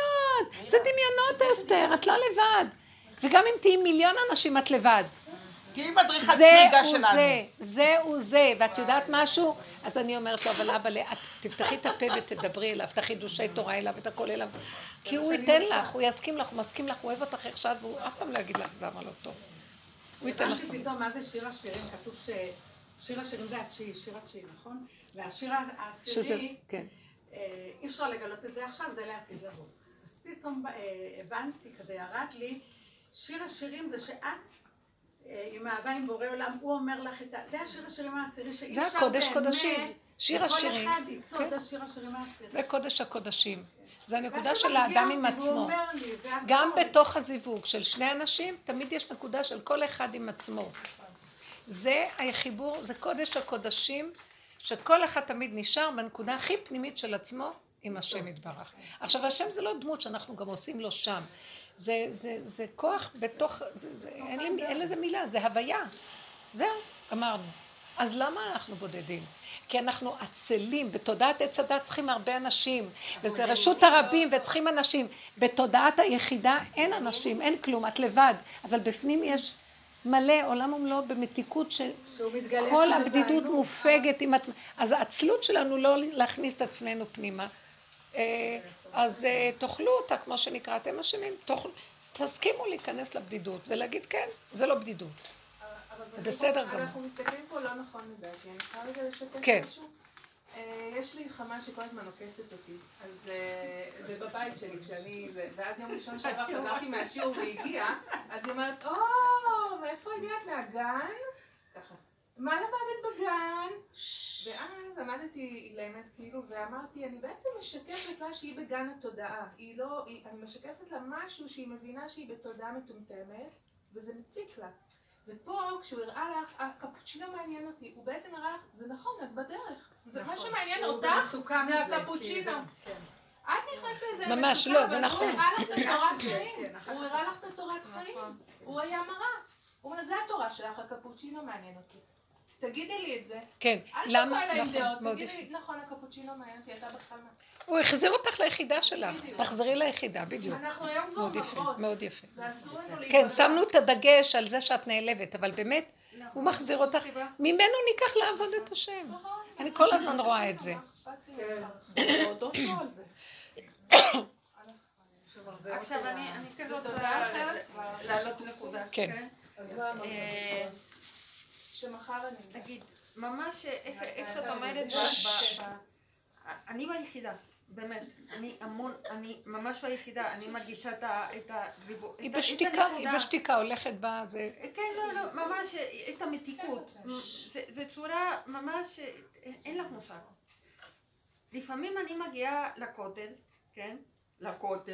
דמיונות, אסתר, את לא לבד. וגם אם תהי מיליון אנשים, את לבד. תהי מדריכת סריגה שלנו. זהו זה, ואת יודעת משהו? אז אני אומרת לו, אבל אבא, את תפתחי את הפה ותדברי אליו, תפתחי דושי תורה אליו ואת הכל אליו. כי הוא ייתן לך, הוא יסכים לך, הוא מסכים לך, הוא אוהב אותך עכשיו, והוא אף פעם לא יגיד לך דבר לא טוב. הוא ייתן לך. הבנתי פתאום מה זה שיר השירים, כתוב ששיר השירים זה התשיעי, שיר התשיעי, נכון? והשיר העשירי, אי אפשר לגלות את זה עכשיו, זה לעתיד לבוא. אז פתאום הבנתי, כזה ירד לי, שיר השירים זה שאת, עם אהבה עם בורא עולם, הוא אומר לך את ה... זה השיר השירים העשירי, שאי אפשר זה הקודש קודשים, שיר השירים. כל אחד איתו, זה השיר השירים העשירי. זה קודש הקודשים. זה הנקודה של האדם עם עצמו. גם בתוך הזיווג של שני אנשים, תמיד יש נקודה של כל אחד עם עצמו. זה החיבור, זה קודש הקודשים, שכל אחד תמיד נשאר בנקודה הכי פנימית של עצמו עם השם יתברך. עכשיו, השם זה לא דמות שאנחנו גם עושים לו שם. זה כוח בתוך, אין לזה מילה, זה הוויה. זהו, אמרנו. אז למה אנחנו בודדים? כי אנחנו עצלים, בתודעת עץ הדת צריכים הרבה אנשים, וזה רשות הרבים וצריכים אנשים. בתודעת היחידה אין אנשים, אין כלום, את לבד. אבל בפנים יש מלא, עולם ומלוא במתיקות שכל הבדידות מופגת. אז העצלות שלנו לא להכניס את עצמנו פנימה. אז תאכלו אותה, כמו שנקרא, אתם אשמים, תסכימו להיכנס לבדידות ולהגיד כן, זה לא בדידות. זה בסדר גמור. אנחנו מסתכלים פה לא נכון לדעת, אני יכולה רגע לשתף משהו? יש לי חמה שכל הזמן עוקצת אותי, אז בבית שלי כשאני, ואז יום ראשון שעבר חזרתי מהשיעור והגיעה, אז היא אומרת, מאיפה הגעת? מהגן? ככה. מה למדת בגן? ואז עמדתי לאמת כאילו ואמרתי, אני בעצם משקפת לה שהיא בגן התודעה, אני משקפת לה משהו שהיא מבינה שהיא בתודעה מטומטמת, וזה מציק לה. ופה, כשהוא הראה לך, הקפוצ'ינו מעניין אותי, הוא בעצם הראה לך, זה נכון, את בדרך. מה שמעניין אותך, זה הקפוצ'ינו. את נכנסת לזה, ממש לא, זה נכון. הוא הראה לך את התורת חיים, הוא היה מראה. הוא אומר, זה התורה שלך, הקפוצ'ינו מעניין אותי. תגידי לי את זה. כן, למה? נכון, תגידי לי, נכון, הקפוצ'ינו מעניין אותי, אתה בכלל מה. הוא החזיר אותך ליחידה שלך, תחזרי ליחידה, בדיוק. אנחנו היום כבר מראות. מאוד יפה. ואסור לנו להתבלע. כן, שמנו את הדגש על זה שאת נעלבת, אבל באמת, הוא מחזיר אותך, ממנו ניקח לעבוד את השם. אני כל הזמן רואה את זה. עכשיו אני כזאת לעלות נקודה. כן. שמחר אני נגיד, ממש איך שאת אומרת, אני ביחידה, באמת, אני ממש ביחידה, אני מרגישה את הריבוע, היא בשתיקה, הולכת בה, זה... כן, לא, ממש את המתיקות, בצורה ממש, אין לך מושג. לפעמים אני מגיעה לכותל, כן? לכותל,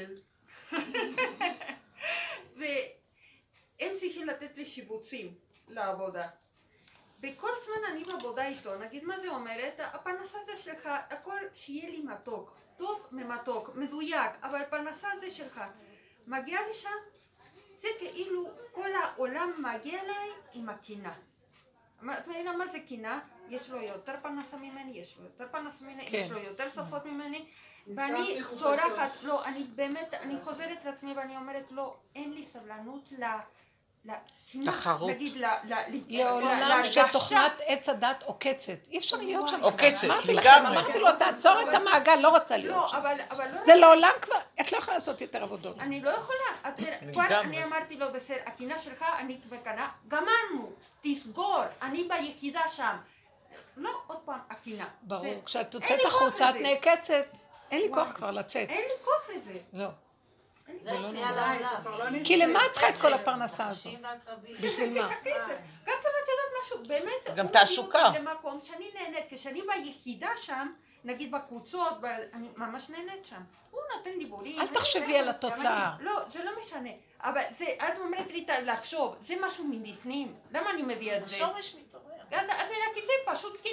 והם צריכים לתת לי שיבוצים לעבודה. בכל הזמן אני בעבודה איתו, נגיד מה זה אומרת, הפרנסה זה שלך, הכל שיהיה לי מתוק, טוב ממתוק, מדויק, אבל הפרנסה זה שלך. מגיע לשם, זה כאילו כל העולם מגיע אליי עם הקינה. את מבינה מה זה קינה? יש לו יותר פרנסה ממני, יש לו יותר פרנסה ממני, יש לו יותר שפות ממני, ואני צורחת, לא, אני באמת, אני חוזרת לעצמי ואני אומרת, לא, אין לי סבלנות תחרות. לעולם שתוכנת עץ הדת עוקצת. אי אפשר להיות שם. עוקצת, אמרתי לו, תעצור את המעגל, לא רוצה להיות שם. זה לעולם כבר, את לא יכולה לעשות יותר עבודות. אני לא יכולה. כבר אני אמרתי לו, בסדר, הקינה שלך, אני בקנה, גמרנו, תסגור, אני ביחידה שם. לא, עוד פעם, הקינה. ברור, כשאת יוצאת החוצה, את נעקצת. אין לי כוח כבר לצאת. אין לי כוח לזה. לא. זה יציאה לעולם. כי למה את צריכה את כל הפרנסה הזאת? בשביל מה? גם אם את יודעת משהו, באמת, גם תעסוקה. למקום שאני נהנית, כשאני ביחידה שם, נגיד בקבוצות, אני ממש נהנית שם. הוא נותן דיבורים. אל תחשבי על התוצאה. לא, זה לא משנה. אבל את אומרת לי לחשוב, זה משהו מבפנים. למה אני מביאה את זה? השורש מתעורר. כי זה פשוט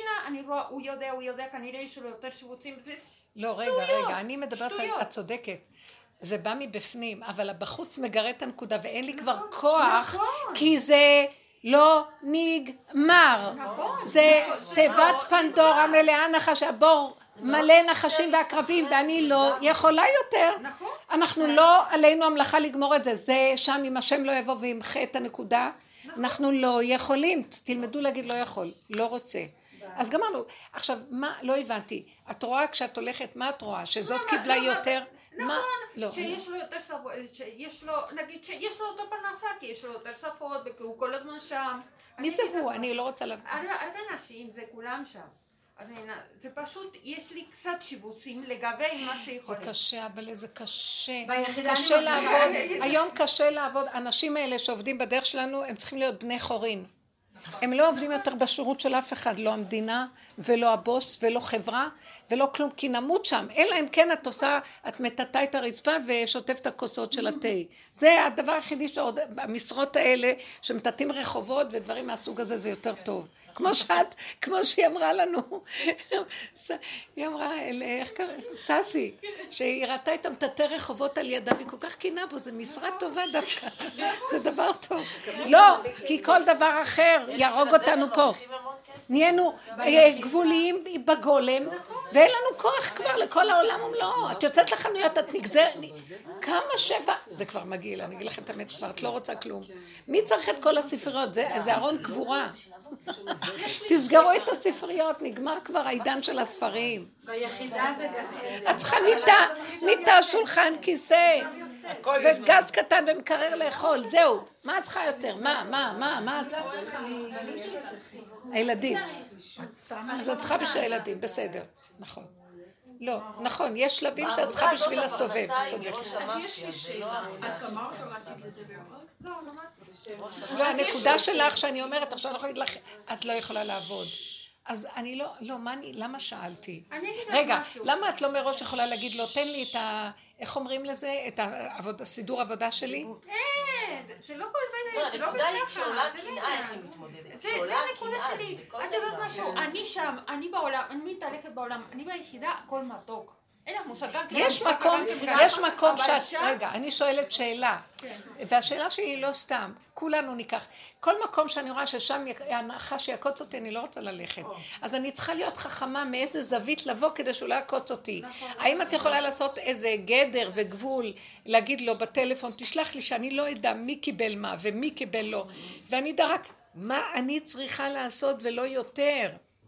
רואה, הוא יודע, כנראה יש לו יותר שיבוצים, זה לא, רגע, אני מדברת על, את צודקת. זה בא מבפנים, אבל בחוץ מגרה את הנקודה, ואין לי כבר כוח, כי זה לא נגמר. זה תיבת פנדורה מלאה נחש, הבור מלא נחשים ועקרבים, ואני לא יכולה יותר. אנחנו לא, עלינו המלאכה לגמור את זה. זה שם אם השם לא יבוא וימחה את הנקודה, אנחנו לא יכולים. תלמדו להגיד לא יכול, לא רוצה. אז גמרנו. עכשיו, מה, לא הבנתי. את רואה כשאת הולכת, מה את רואה? שזאת קיבלה יותר? נכון, שיש לו יותר שפות, נגיד שיש לו יותר פרנסה, כי יש לו יותר שפות, כי הוא כל הזמן שם. מי זה הוא? אני לא רוצה להבין. הרבה אנשים, זה כולם שם. זה פשוט, יש לי קצת שיבוצים לגבי מה שיכולים. זה קשה, אבל זה קשה. קשה לעבוד. היום קשה לעבוד. האנשים האלה שעובדים בדרך שלנו, הם צריכים להיות בני חורין. הם לא עובדים יותר בשירות של אף אחד, לא המדינה, ולא הבוס, ולא חברה, ולא כלום, כי נמות שם. אלא אם כן את עושה, את מטאטה את הרצפה ושוטף את הכוסות של התה. זה הדבר היחידי שעוד, המשרות האלה, שמטאטים רחובות ודברים מהסוג הזה, זה יותר טוב. כמו שהיא אמרה לנו, היא אמרה, איך קרא? ססי, שהיא ראתה את המטאטי רחובות על ידה, והיא כל כך קינה בו, זה משרה טובה דווקא, זה דבר טוב. לא, כי כל דבר אחר ירוג אותנו פה. נהיינו גבוליים בגולם, ואין לנו כוח כבר לכל העולם ומלואו. את יוצאת לחנויות, את נגזרת, כמה שבע, זה כבר מגעיל, אני אגיד לכם את האמת, כבר את לא רוצה כלום. מי צריך את כל הספריות? זה ארון קבורה. תסגרו את הספריות, נגמר כבר העידן של הספרים. ביחידה זה גם... את צריכה מיטה, שולחן, כיסא, וגז קטן ומקרר לאכול, זהו. מה את צריכה יותר? מה את צריכה? הילדים. אז את צריכה בשביל הילדים, בסדר. נכון. לא, נכון, יש שלבים שאת צריכה בשביל הסובב, צודק. אז יש לי שאלה, את גמרת או רצית לדבר עוד? לא, ממש. לא, הנקודה שלך שאני אומרת, עכשיו אני יכולה להגיד לך, את לא יכולה לעבוד. אז אני לא, למה שאלתי? רגע, למה את לא מראש יכולה להגיד לו, תן לי את ה... איך אומרים לזה? את הסידור עבודה שלי? אין, זה לא כל בן, זה לא הנקודה היא כשעולה קנאה, איך היא מתמודדת. זה הנקודה שלי. את יודעת משהו, אני שם, אני בעולם, אני מתהלכת בעולם, אני ביחידה, הכל מתוק. אין לך מושג. יש מקום שאת... רגע, אני שואלת שאלה. והשאלה שהיא לא סתם. כולנו ניקח. כל מקום שאני רואה ששם הנחש יעקוץ אותי, אני לא רוצה ללכת. אז אני צריכה להיות חכמה מאיזה זווית לבוא כדי שהוא לא יעקוץ אותי. האם את יכולה לעשות איזה גדר וגבול, להגיד לו בטלפון, תשלח לי שאני לא אדע מי קיבל מה ומי קיבל לא. ואני אדע רק מה אני צריכה לעשות ולא יותר.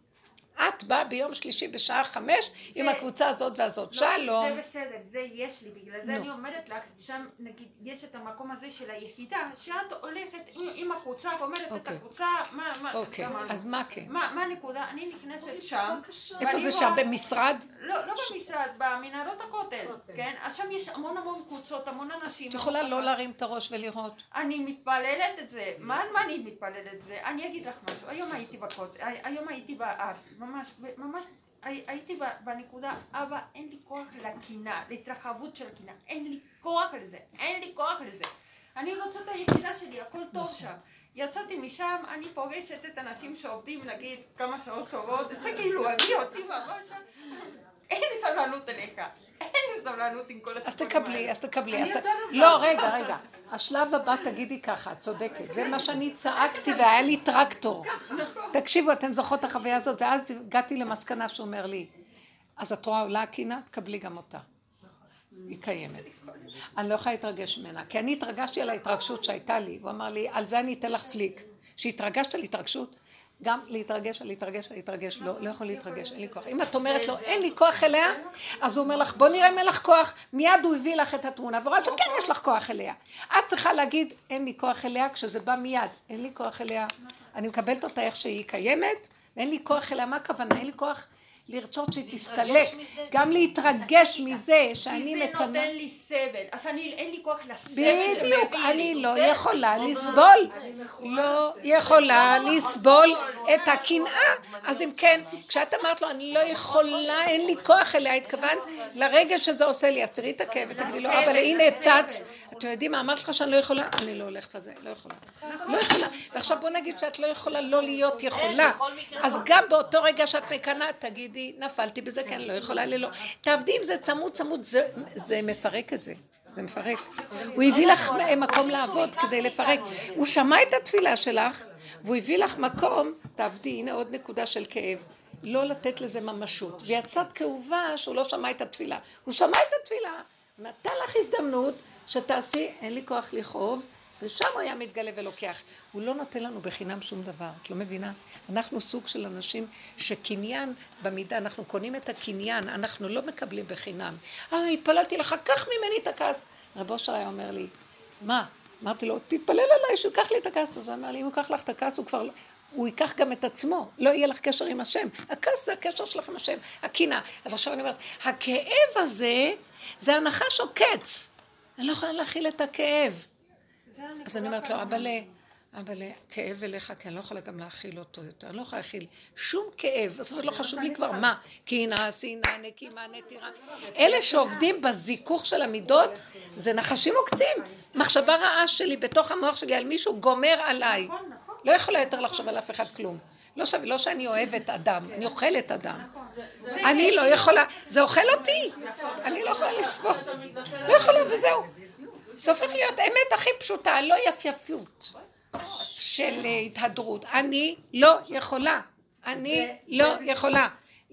את באה ביום שלישי בשעה 5 עם הקבוצה הזאת והזאת. שלום. זה בסדר, זה יש לי, בגלל זה אני אומרת לך, שם נגיד, יש את המקום הזה של היחידה, שאת הולכת עם הקבוצה ואומרת את הקבוצה, אוקיי, אז מה כן? מה הנקודה? אני נכנסת שם. איפה זה שם? במשרד? לא במשרד, במנהרות הכותל, כן? אז שם יש המון קבוצות, המון אנשים. את יכולה לא להרים את הראש ולראות. אני מתפללת את זה. מה אני מתפללת את זה? אני אגיד לך משהו. היום הייתי בכותל, היום הייתי בארץ. ממש הייתי בנקודה, אבא, אין לי כוח לקינה, להתרחבות של הקינה, אין לי כוח לזה. אני רוצה את היחידה שלי, הכל טוב שם. יצאתי משם, אני פוגשת את אנשים שעובדים, נגיד, כמה שעות טובות, זה כאילו, אני אותי ממש, אין לי סבלנות אליך, אין לי סבלנות עם כל הסיפורים האלה. אז תקבלי. לא, רגע. השלב הבא תגידי ככה, את צודקת. זה מה שאני צעקתי והיה לי טרקטור. תקשיבו, אתם זוכרות את החוויה הזאת, ואז הגעתי למסקנה שאומר לי, אז את רואה עולה הקינה, תקבלי גם אותה. היא קיימת. אני לא יכולה להתרגש ממנה, כי אני התרגשתי על ההתרגשות שהייתה לי, והוא אמר לי, על זה אני אתן לך פליק. שהתרגשת על התרגשות, גם להתרגש, לא יכול להתרגש, אין לי כוח. אם את אומרת לו, אין לי כוח אליה, אז הוא אומר לך, בוא נראה אם אין לך כוח, מיד הוא הביא לך את התמונה, ורואה שכן יש לך כוח אליה. את צריכה להגיד, אין לי כוח אליה, כשזה בא מיד, אין לי כוח אליה, אני מקבלת אותה איך שהיא קיימת, ואין לי כוח אליה, מה הכוונה? אין לי כוח לרצות שהיא תסתלק, גם להתרגש מזה שאני מקנה. כי זה נותן לי סבל, אז אין לי כוח לסבל שמביא לי. בדיוק, אני לא יכולה לסבול, לא יכולה לסבול את הקנאה. אז אם כן, כשאת אמרת לו, אני לא יכולה, אין לי כוח אליה, התכוונת לרגע שזה עושה לי, אז תראי את הכאב ותגידי לו, אבל הנה צץ, אתם יודעים מה, אמרת לך שאני לא יכולה? אני לא הולכת על זה, לא יכולה. לא יכולה. ועכשיו בוא נגיד שאת לא יכולה לא להיות יכולה. אז גם באותו רגע שאת מקנה, תגידי, נפלתי בזה, כן, לא יכולה ללא. תעבדי עם זה צמוד, זה מפרק את זה. זה מפרק. הוא הביא לך מקום לעבוד כדי לפרק. הוא שמע את התפילה שלך, והוא הביא לך מקום, תעבדי, הנה עוד נקודה של כאב. לא לתת לזה ממשות. ויצאת כאובה שהוא לא שמע את התפילה. הוא שמע את התפילה, נתן לך הזדמנות שתעשי, אין לי כוח לכאוב, ושם הוא היה מתגלה ולוקח. הוא לא נותן לנו בחינם שום דבר, את לא מבינה? אנחנו סוג של אנשים שקניין במידה, אנחנו קונים את הקניין, אנחנו לא מקבלים בחינם. התפללתי לך, קח ממני את הכעס. רב אושר היה אומר לי, מה? אמרתי לו, תתפלל עליי שהוא ייקח לי את הכעס. אז הוא אומר לי, אם הוא ייקח לך את הכעס, הוא ייקח גם את עצמו, לא יהיה לך קשר עם השם. הכעס זה הקשר שלך עם השם, הקנאה. אז עכשיו אני אומרת, הכאב הזה, זה הנחש או קץ. אני לא יכולה להכיל את הכאב. אז אני אומרת לו, אבל כאב אליך, כי אני לא יכולה גם להכיל אותו יותר. אני לא יכולה להכיל שום כאב. זאת אומרת, לא חשוב לי כבר מה. קנאה, שנאה, נקימה, נטירה. אלה שעובדים בזיכוך של המידות, זה נחשים עוקצים. מחשבה רעה שלי בתוך המוח שלי על מישהו גומר עליי. לא יכולה יותר לחשוב על אף אחד כלום. לא שאני אוהבת אדם, אני אוכלת אדם. אני לא יכולה, זה אוכל אותי. אני לא יכולה לסבול. לא יכולה וזהו. זה הופך להיות אמת הכי פשוטה, לא יפייפות של התהדרות. אני לא יכולה. אני לא יכולה.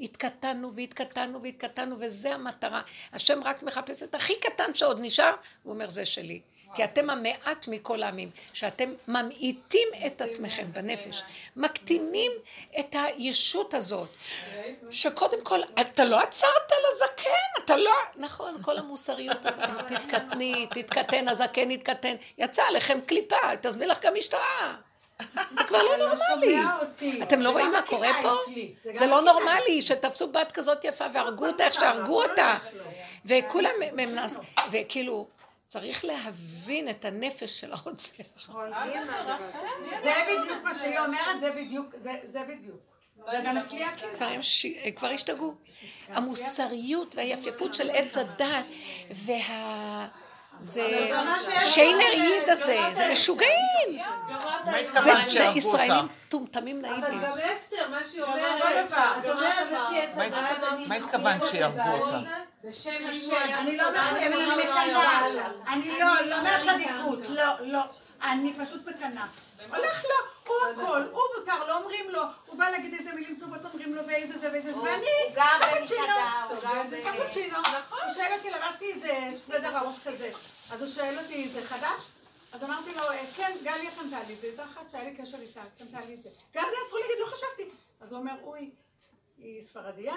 התקטנו, וזה המטרה. השם רק מחפש את הכי קטן שעוד נשאר, הוא אומר, זה שלי. כי אתם המעט מכל העמים, שאתם ממעיטים את עצמכם בנפש, מקטינים את הישות הזאת, שקודם כל, אתה לא עצרת לזקן, אתה לא... נכון, כל המוסריות הזאת, תתקטן, הזקן יתקטן, יצא עליכם קליפה, תזמין לך גם משטרה. זה כבר לא נורמלי. אתם לא רואים מה קורה פה? זה לא נורמלי שתפסו בת כזאת יפה והרגו אותה איך שהרגו אותה. וכולם ממנס, וכאילו... צריך להבין את הנפש של הרוצח. זה בדיוק מה שהיא אומרת, זה בדיוק. זה גם אצלי כבר השתגעו. המוסריות והיפייפות של עץ הדת זה שיינר ייד הזה, זה משוגעים. מה התכוונת שיהרגו אותה? ישראלים טומטמים נאיבים. אבל גם אסתר, מה שהיא אומרת, את אומרת לפי עץ הדת, מה התכוונת שיהרגו אותה? בשם השם. אני לא מקנה, אני לא אומרת צדיקות, לא, אני פשוט מקנה. הולך לו, הוא הכל, הוא מותר, לא אומרים לו, הוא בא להגיד איזה מילים טובות, אומרים לו ואיזה זה ואיזה זה, ואני קפוצ'ינו, הוא שואל אותי, לבשתי איזה סוודר הראש כזה, אז הוא שואל אותי, זה חדש? אז אמרתי לו, כן, גליה קנתה לי, זה אחת שהיה לי קשר איתה, קנתה לי את זה. גם זה אסור להגיד, לא חשבתי. אז הוא אומר, אוי, היא ספרדיה,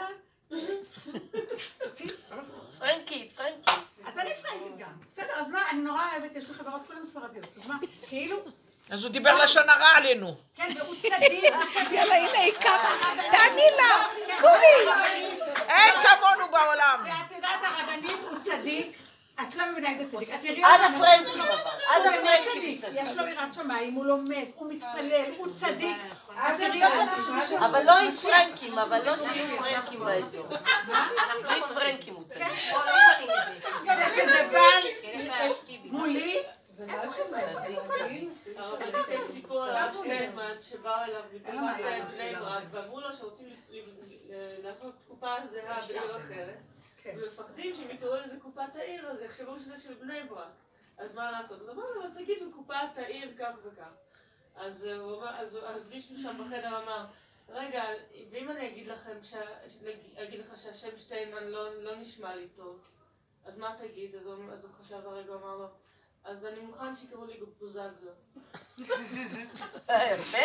פרנקית. אז אני פרנקית גם. בסדר, אז מה, אני נורא אוהבת, יש לי חברות כולן ספרדיות. אז מה, כאילו... אז הוא דיבר לשון הרע עלינו. כן, והוא צדיק. יאללה, הנה היא קמה. תעני לה, קומי. אין כמונו בעולם. ואת יודעת, הרבנית הוא צדיק. את לא מבינה איזה צדיק. עד הפרנקים. יש לו יראת שמיים, הוא לומד, הוא מתפלל, הוא צדיק. אבל לא עם פרנקים, אבל לא שיהיו פרנקים באזור. בלי פרנקים הוא צדיק. שזה בא מולי. הרבנית יש סיפור על הרב שטיינמן שבאו אליו מקופת בני ברק ואמרו לו שרוצים לעשות קופה זהה בעיר אחרת ומפחדים שהם יקראו לזה קופת העיר אז יחשבו שזה של בני ברק אז מה לעשות? אז אמרנו, אז תגידו קופת העיר כך וכך אז מישהו שם בחדר אמר רגע, ואם אני אגיד לך שהשם שטיינמן לא נשמע לי טוב אז מה תגיד? אז הוא חשב הרגע אמר לו אז אני מוכן שיקראו לי בוזגלו. יפה,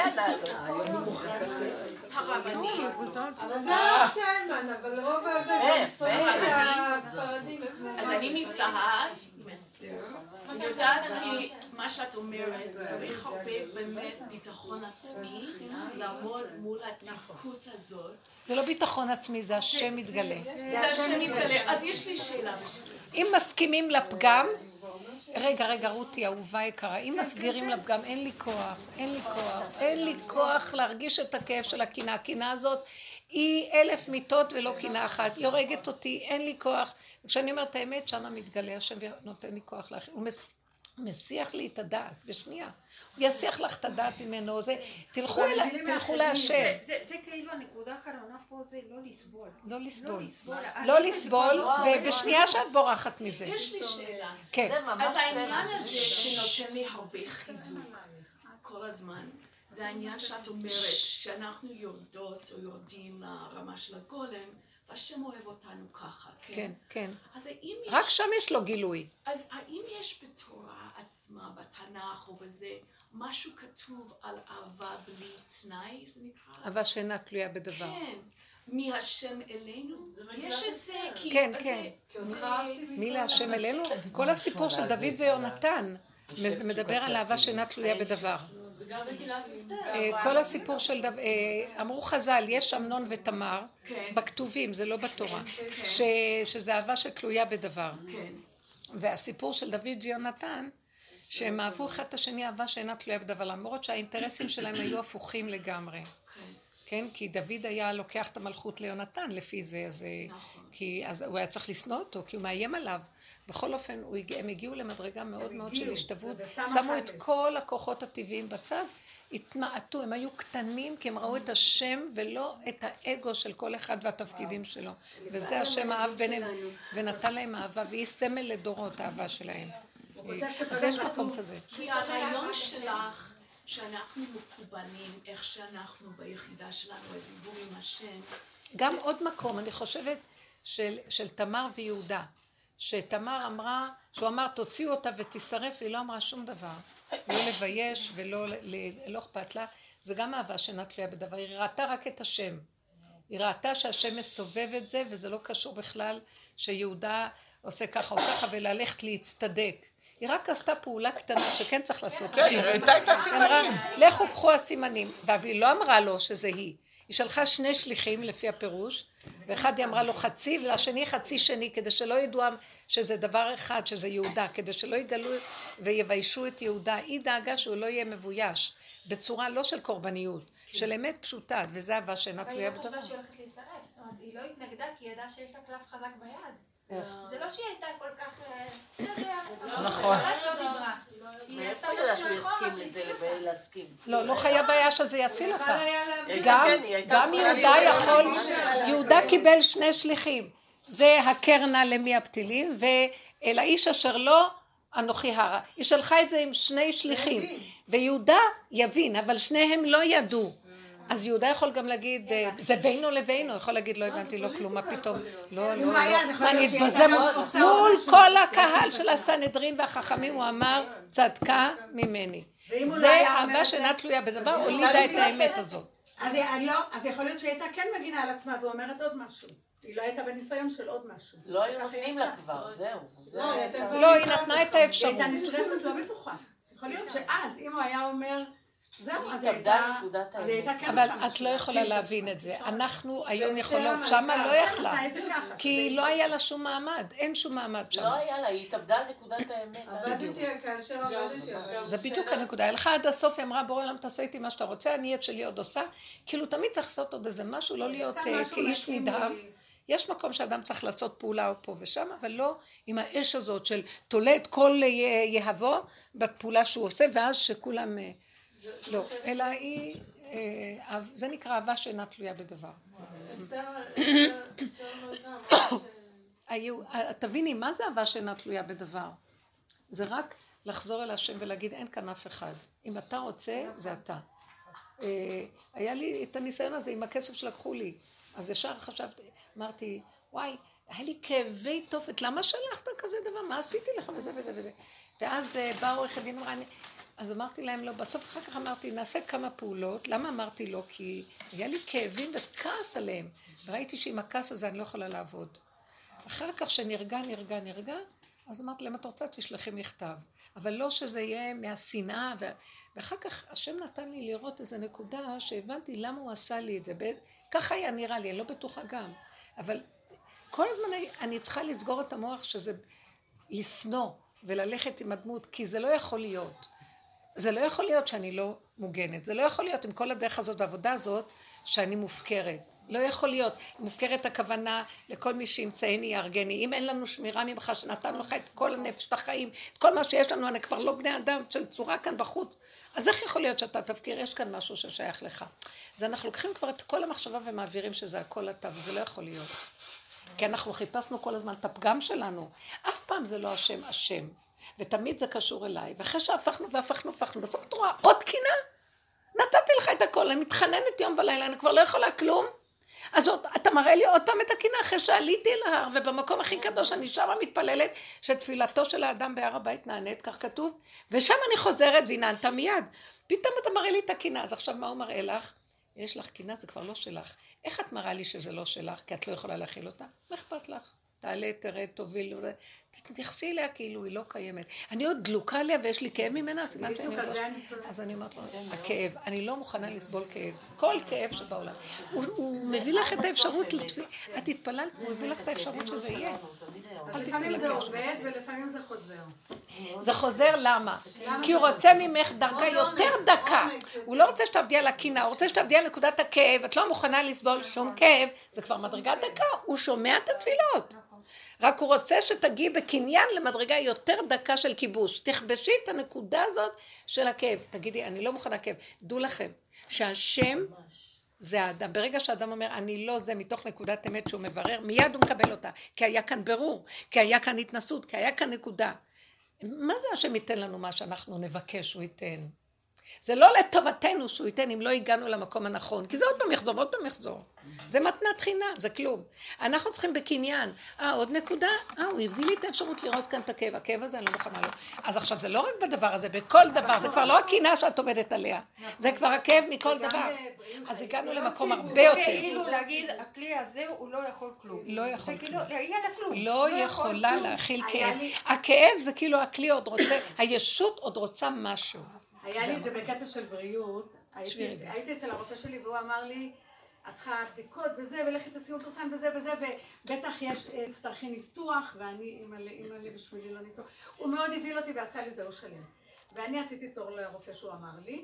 אבל זה הרב שטיינמן, אבל רוב הזה זה סוף הספרדים. אז אני מזדהה עם אסתר. אני יודעת כי מה שאת אומרת, צריך הרבה באמת ביטחון עצמי, לעמוד מול הצדקות הזאת. זה לא ביטחון עצמי, זה השם מתגלה. זה השם מתגלה. אז יש לי שאלה בשביל. אם מסכימים לפגם, רגע, רותי, אהובה יקרה, אם מסגירים לפגם, אין לי כוח להרגיש את הכאב של הקנאה. הקנאה הזאת היא 1000 מיטות ולא קנאה אחת, היא הורגת אותי, אין לי כוח. כשאני אומרת האמת, שמה מתגלה השם ונותן לי כוח להכיר. הוא מסיח לי את הדעת, בשנייה. הוא יסיח לך את הדעת ממנו, תלכו להשם. זה כאילו הנקודה האחרונה פה זה לא לסבול, ובשנייה שאת בורחת מזה. יש לי שאלה. כן. אז העניין הזה שנותן לי הרבה חיזוק כל הזמן, זה העניין שאת אומרת שאנחנו יורדות או יורדים לרמה של הגולם, והשם אוהב אותנו ככה, כן? כן. אז האם יש... רק שם יש לו גילוי. אז האם יש בתורה עצמה, בתנ"ך או בזה, משהו כתוב על אהבה בלי תנאי, זה נקרא? אהבה שאינה תלויה בדבר. כן. מהשם אלינו? יש את זה, כי... כן. מי להשם אלינו? כל הסיפור של דוד ויונתן מדבר על אהבה שאינה תלויה בדבר. כל הסיפור של אמרו חז"ל, יש אמנון ותמר בכתובים, זה לא בתורה, שזה אהבה שתלויה בדבר. והסיפור של דוד ויונתן, שהם אהבו אחד את השני אהבה שאינה תלויה בדבר, למרות שהאינטרסים שלהם היו הפוכים לגמרי. כן, כי דוד היה לוקח את המלכות ליונתן לפי זה, אז הוא היה צריך לשנוא אותו, כי הוא מאיים עליו. בכל אופן, הם הגיעו למדרגה מאוד מאוד של השתוות, שמו את כל הכוחות הטבעיים בצד, התמעטו, הם היו קטנים, כי הם ראו את השם ולא את האגו של כל אחד והתפקידים שלו. וזה השם האהב ביניהם, ונתן להם אהבה, והיא סמל לדורות האהבה שלהם. אז יש מקום כזה. כי הרעיון שלך, שאנחנו מקובלים, איך שאנחנו ביחידה שלנו, הזיבור עם השם. גם עוד מקום, אני חושבת, של תמר ויהודה. שתמר אמרה, שהוא אמר תוציאו אותה ותשרף, והיא לא אמרה שום דבר. לא לבייש ולא אכפת לה. זה גם אהבה שאינה תלויה בדבר. היא ראתה רק את השם. היא ראתה שהשם מסובב את זה, וזה לא קשור בכלל שיהודה עושה ככה או ככה, וללכת להצטדק. היא רק עשתה פעולה קטנה שכן צריך לעשות. כן, היא ראיתה את הסימנים. לכו קחו הסימנים. והיא לא אמרה לו שזה היא. היא שלחה 2 שליחים לפי הפירוש, ואחד היא אמרה לו חצי, והשני חצי שני, כדי שלא ידעו שזה דבר אחד, שזה יהודה, כדי שלא יגלו ויביישו את יהודה. היא דאגה שהוא לא יהיה מבויש, בצורה לא של קורבניות, של אמת פשוטה, וזה אהבה שאינה תלויה בדבר. והיא חשבה שהיא הולכת להישרף, זאת אומרת, היא לא התנגדה כי היא ידעה שיש לה קלף חזק ביד. זה לא שהיא הייתה כל כך... נכון. מאיפה ידעה שהוא יסכים לזה להסכים? לא חייב היה שזה יציל אותה. גם יהודה יכול, יהודה קיבל 2 שליחים. זה הקרנה למי הפתילים, ואל האיש אשר לא, אנוכי הרע. היא שלחה את זה עם 2 שליחים, ויהודה יבין, אבל שניהם לא ידעו. אז יהודה יכול גם להגיד, זה בינו לבינו, יכול להגיד, לא הבנתי, לא כלום, מה פתאום, לא, אני אתבזה מול כל הקהל של הסנהדרין והחכמים, הוא אמר, צדקה ממני. זה אהבה שאינה תלויה בדבר, הולידה את האמת הזאת. אז יכול להיות שהיא הייתה כן מגינה על עצמה, ואומרת עוד משהו. היא לא הייתה בניסיון של עוד משהו. לא היו נותנים לה כבר, זהו. לא, היא נתנה את האפשרות. היא הייתה נשרפת, לא בטוחה. יכול להיות שאז, אם הוא היה אומר... זהו, אז היא הייתה כן... אבל את לא יכולה להבין את זה. אנחנו היום יכולות, שמה לא יכלה. כי לא היה לה שום מעמד, אין שום מעמד שמה. לא היה לה, היא התאבדה על נקודת האמת. עבדתי כאשר עבדתי. זה בדיוק הנקודה. הלכה עד הסוף, היא אמרה, בורא עולם תעשה איתי מה שאתה רוצה, אני את שלי עוד עושה. כאילו תמיד צריך לעשות עוד איזה משהו, לא להיות כאיש נדהם. יש מקום שאדם צריך לעשות פעולה או פה ושם, אבל לא עם האש הזאת של תולה את כל יהבו בפעולה שהוא עושה, ואז שכולם... לא, אלא היא, זה נקרא אהבה שאינה תלויה בדבר. תביני, מה זה אהבה שאינה תלויה בדבר? זה רק לחזור אל השם ולהגיד, אין כאן אף אחד. אם אתה רוצה, זה אתה. היה לי את הניסיון הזה עם הכסף שלקחו לי. אז ישר חשבתי, אמרתי, וואי, היה לי כאבי תופת, למה שלחת כזה דבר? מה עשיתי לך? וזה וזה וזה. ואז בא עורך הדין אמרה, אז אמרתי להם לא, בסוף אחר כך אמרתי, נעשה כמה פעולות. למה אמרתי לא? כי היה לי כאבים וכעס עליהם. וראיתי שעם הכעס הזה אני לא יכולה לעבוד. אחר כך שנרגע, אז אמרתי להם, את רוצה תשלחי מכתב, אבל לא שזה יהיה מהשנאה, ואחר כך השם נתן לי לראות איזו נקודה שהבנתי למה הוא עשה לי את זה, ככה היה נראה לי, אני לא בטוחה גם, אבל כל הזמן אני צריכה לסגור את המוח שזה לשנוא וללכת עם הדמות, כי זה לא יכול להיות. זה לא יכול להיות שאני לא מוגנת, זה לא יכול להיות עם כל הדרך הזאת והעבודה הזאת שאני מופקרת. לא יכול להיות, מופקרת הכוונה לכל מי שימצאני יארגני. אם אין לנו שמירה ממך שנתן לך את כל הנפש, את החיים, את כל מה שיש לנו, אני כבר לא בני אדם של צורה כאן בחוץ. אז איך יכול להיות שאתה תפקיר? יש כאן משהו ששייך לך. אז אנחנו לוקחים כבר את כל המחשבה ומעבירים שזה הכל אתה, וזה לא יכול להיות. כי אנחנו חיפשנו כל הזמן את הפגם שלנו. אף פעם זה לא השם. ותמיד זה קשור אליי. ואחרי שהפכנו, בסוף את רואה עוד קינה? נתתי לך את הכל, אני מתחננת יום ולילה, אני כבר לא יכולה כלום. אז אתה מראה לי עוד פעם את הקינה אחרי שעליתי אל ההר, ובמקום הכי קדוש אני שמה מתפללת שתפילתו של האדם בהר הבית נענית, כך כתוב, ושם אני חוזרת והיא נענתה מיד. פתאום אתה מראה לי את הקינה, אז עכשיו מה הוא מראה לך? יש לך קינה, זה כבר לא שלך. איך את מראה לי שזה לא שלך, כי את לא יכולה להכיל אותה? מה אכפת לך? תעלה, תראה, תוביל, תתייחסי אליה כאילו היא לא קיימת. אני עוד דלוקה עליה ויש לי כאב ממנה, סימן שאני עוד אז אני אומרת לו, הכאב, אני לא מוכנה לסבול כאב. כל כאב שבעולם. הוא מביא לך את האפשרות לתפילה. את התפללת, הוא מביא לך את האפשרות שזה יהיה. לפעמים זה עובד ולפעמים זה חוזר. זה חוזר למה? כי הוא רוצה ממך דרגה יותר דקה. הוא לא רוצה שתעבדי על הקינה, הוא רוצה שתעבדי על נקודת הכאב. את לא מוכנה לסבול שום כאב, זה כבר מדרגה דקה. הוא שומע את התפילות. רק הוא רוצה שתגיעי בקניין למדרגה יותר דקה של כיבוש. תכבשי את הנקודה הזאת של הכאב. תגידי, אני לא מוכנה כאב. דעו לכם, שהשם זה האדם. ברגע שהאדם אומר, אני לא זה מתוך נקודת אמת שהוא מברר, מיד הוא מקבל אותה. כי היה כאן ברור, כי היה כאן התנסות, כי היה כאן נקודה. מה זה השם ייתן לנו מה שאנחנו נבקש שהוא ייתן? זה לא לטובתנו שהוא ייתן אם לא הגענו למקום הנכון, כי זה עוד פעם יחזור, עוד פעם יחזור. זה מתנת חינם, זה כלום. אנחנו צריכים בקניין. עוד נקודה, הוא הביא לי את האפשרות לראות כאן את הכאב. הכאב הזה אני לא מוכנה לו. אז עכשיו זה לא רק בדבר הזה, בכל דבר, זה כבר לא הקינה שאת עובדת עליה. זה כבר הכאב מכל דבר. אז הגענו למקום הרבה יותר. כאילו להגיד, הכלי הזה הוא לא יכול כלום. לא יכול כלום. כלום. לא יכולה להכיל כאב. הכאב זה כאילו הכלי עוד רוצה, הישות עוד רוצה משהו. היה לי את זה בקטע של בריאות, הייתי אצל הרופא שלי והוא אמר לי, את צריכה בדיקות וזה, ולכי תעשי אולטרסאונד וזה, ובטח תצטרכי ניתוח, ואני, אמא לי בשבילי לא ניתוח. הוא מאוד הביל אותי ועשה לי זהו שלם. ואני עשיתי תור לרופא שהוא אמר לי,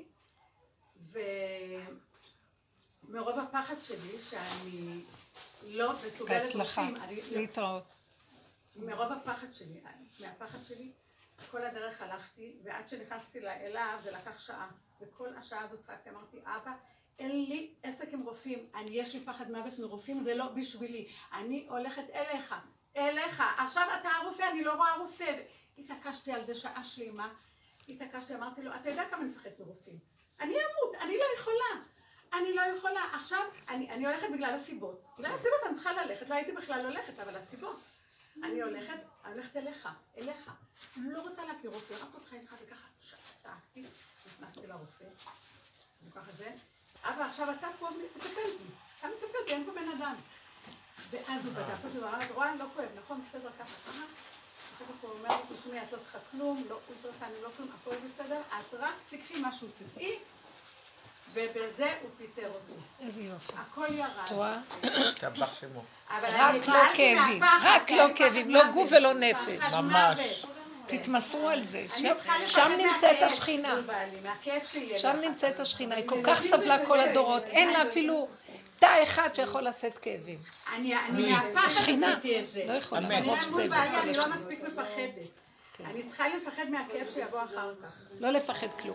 ומרוב הפחד שלי, שאני לא מסוגלת בהצלחה, להתראות. מרוב הפחד שלי, מהפחד שלי, כל הדרך הלכתי, ועד שנכנסתי אליו זה לקח שעה, וכל השעה הזאת צעקתי, אמרתי, אבא, אין לי עסק עם רופאים, יש לי פחד מוות מרופאים, זה לא בשבילי, אני הולכת אליך, עכשיו אתה הרופא, אני לא רואה רופא, התעקשתי על זה שעה שלמה, אמרתי לו, אתה יודע כמה אני מפחדת מרופאים, אני אמות, אני לא יכולה, עכשיו אני הולכת בגלל הסיבות, אני צריכה ללכת, לא הייתי בכלל הולכת, אבל הסיבות, אני הולכת אליך, אני לא רוצה להכיר רופא, רק אותך איתך וככה, צעקתי, נכנסתי לרופא, וככה זה, אבא עכשיו אתה פה מטפל בי, אין פה בן אדם. ואז הוא בדק אותי, הוא אמר, רואה, לא כואב, נכון, בסדר, ככה, אחר כך הוא אומר לי, תשמעי, את לא צריכה כלום, לא אולטרסאונד, לא כלום, הכל בסדר, את רק תקחי משהו טבעי, ובזה הוא פיטר אותי. איזה יופי. הכל ירד. תורה? השתבח שמו. רק לא כאבים, לא גוף ולא נפש. ממש. תתמסרו על זה, שם נמצאת השכינה. שם נמצאת השכינה, היא כל כך סבלה כל הדורות, אין לה אפילו תא אחד שיכול לשאת כאבים. אני מהפחד עשיתי את זה. לא יכולה, אני לא מספיק מפחדת. אני צריכה לפחד מהכאב שיבוא אחר כך. לא לפחד כלום.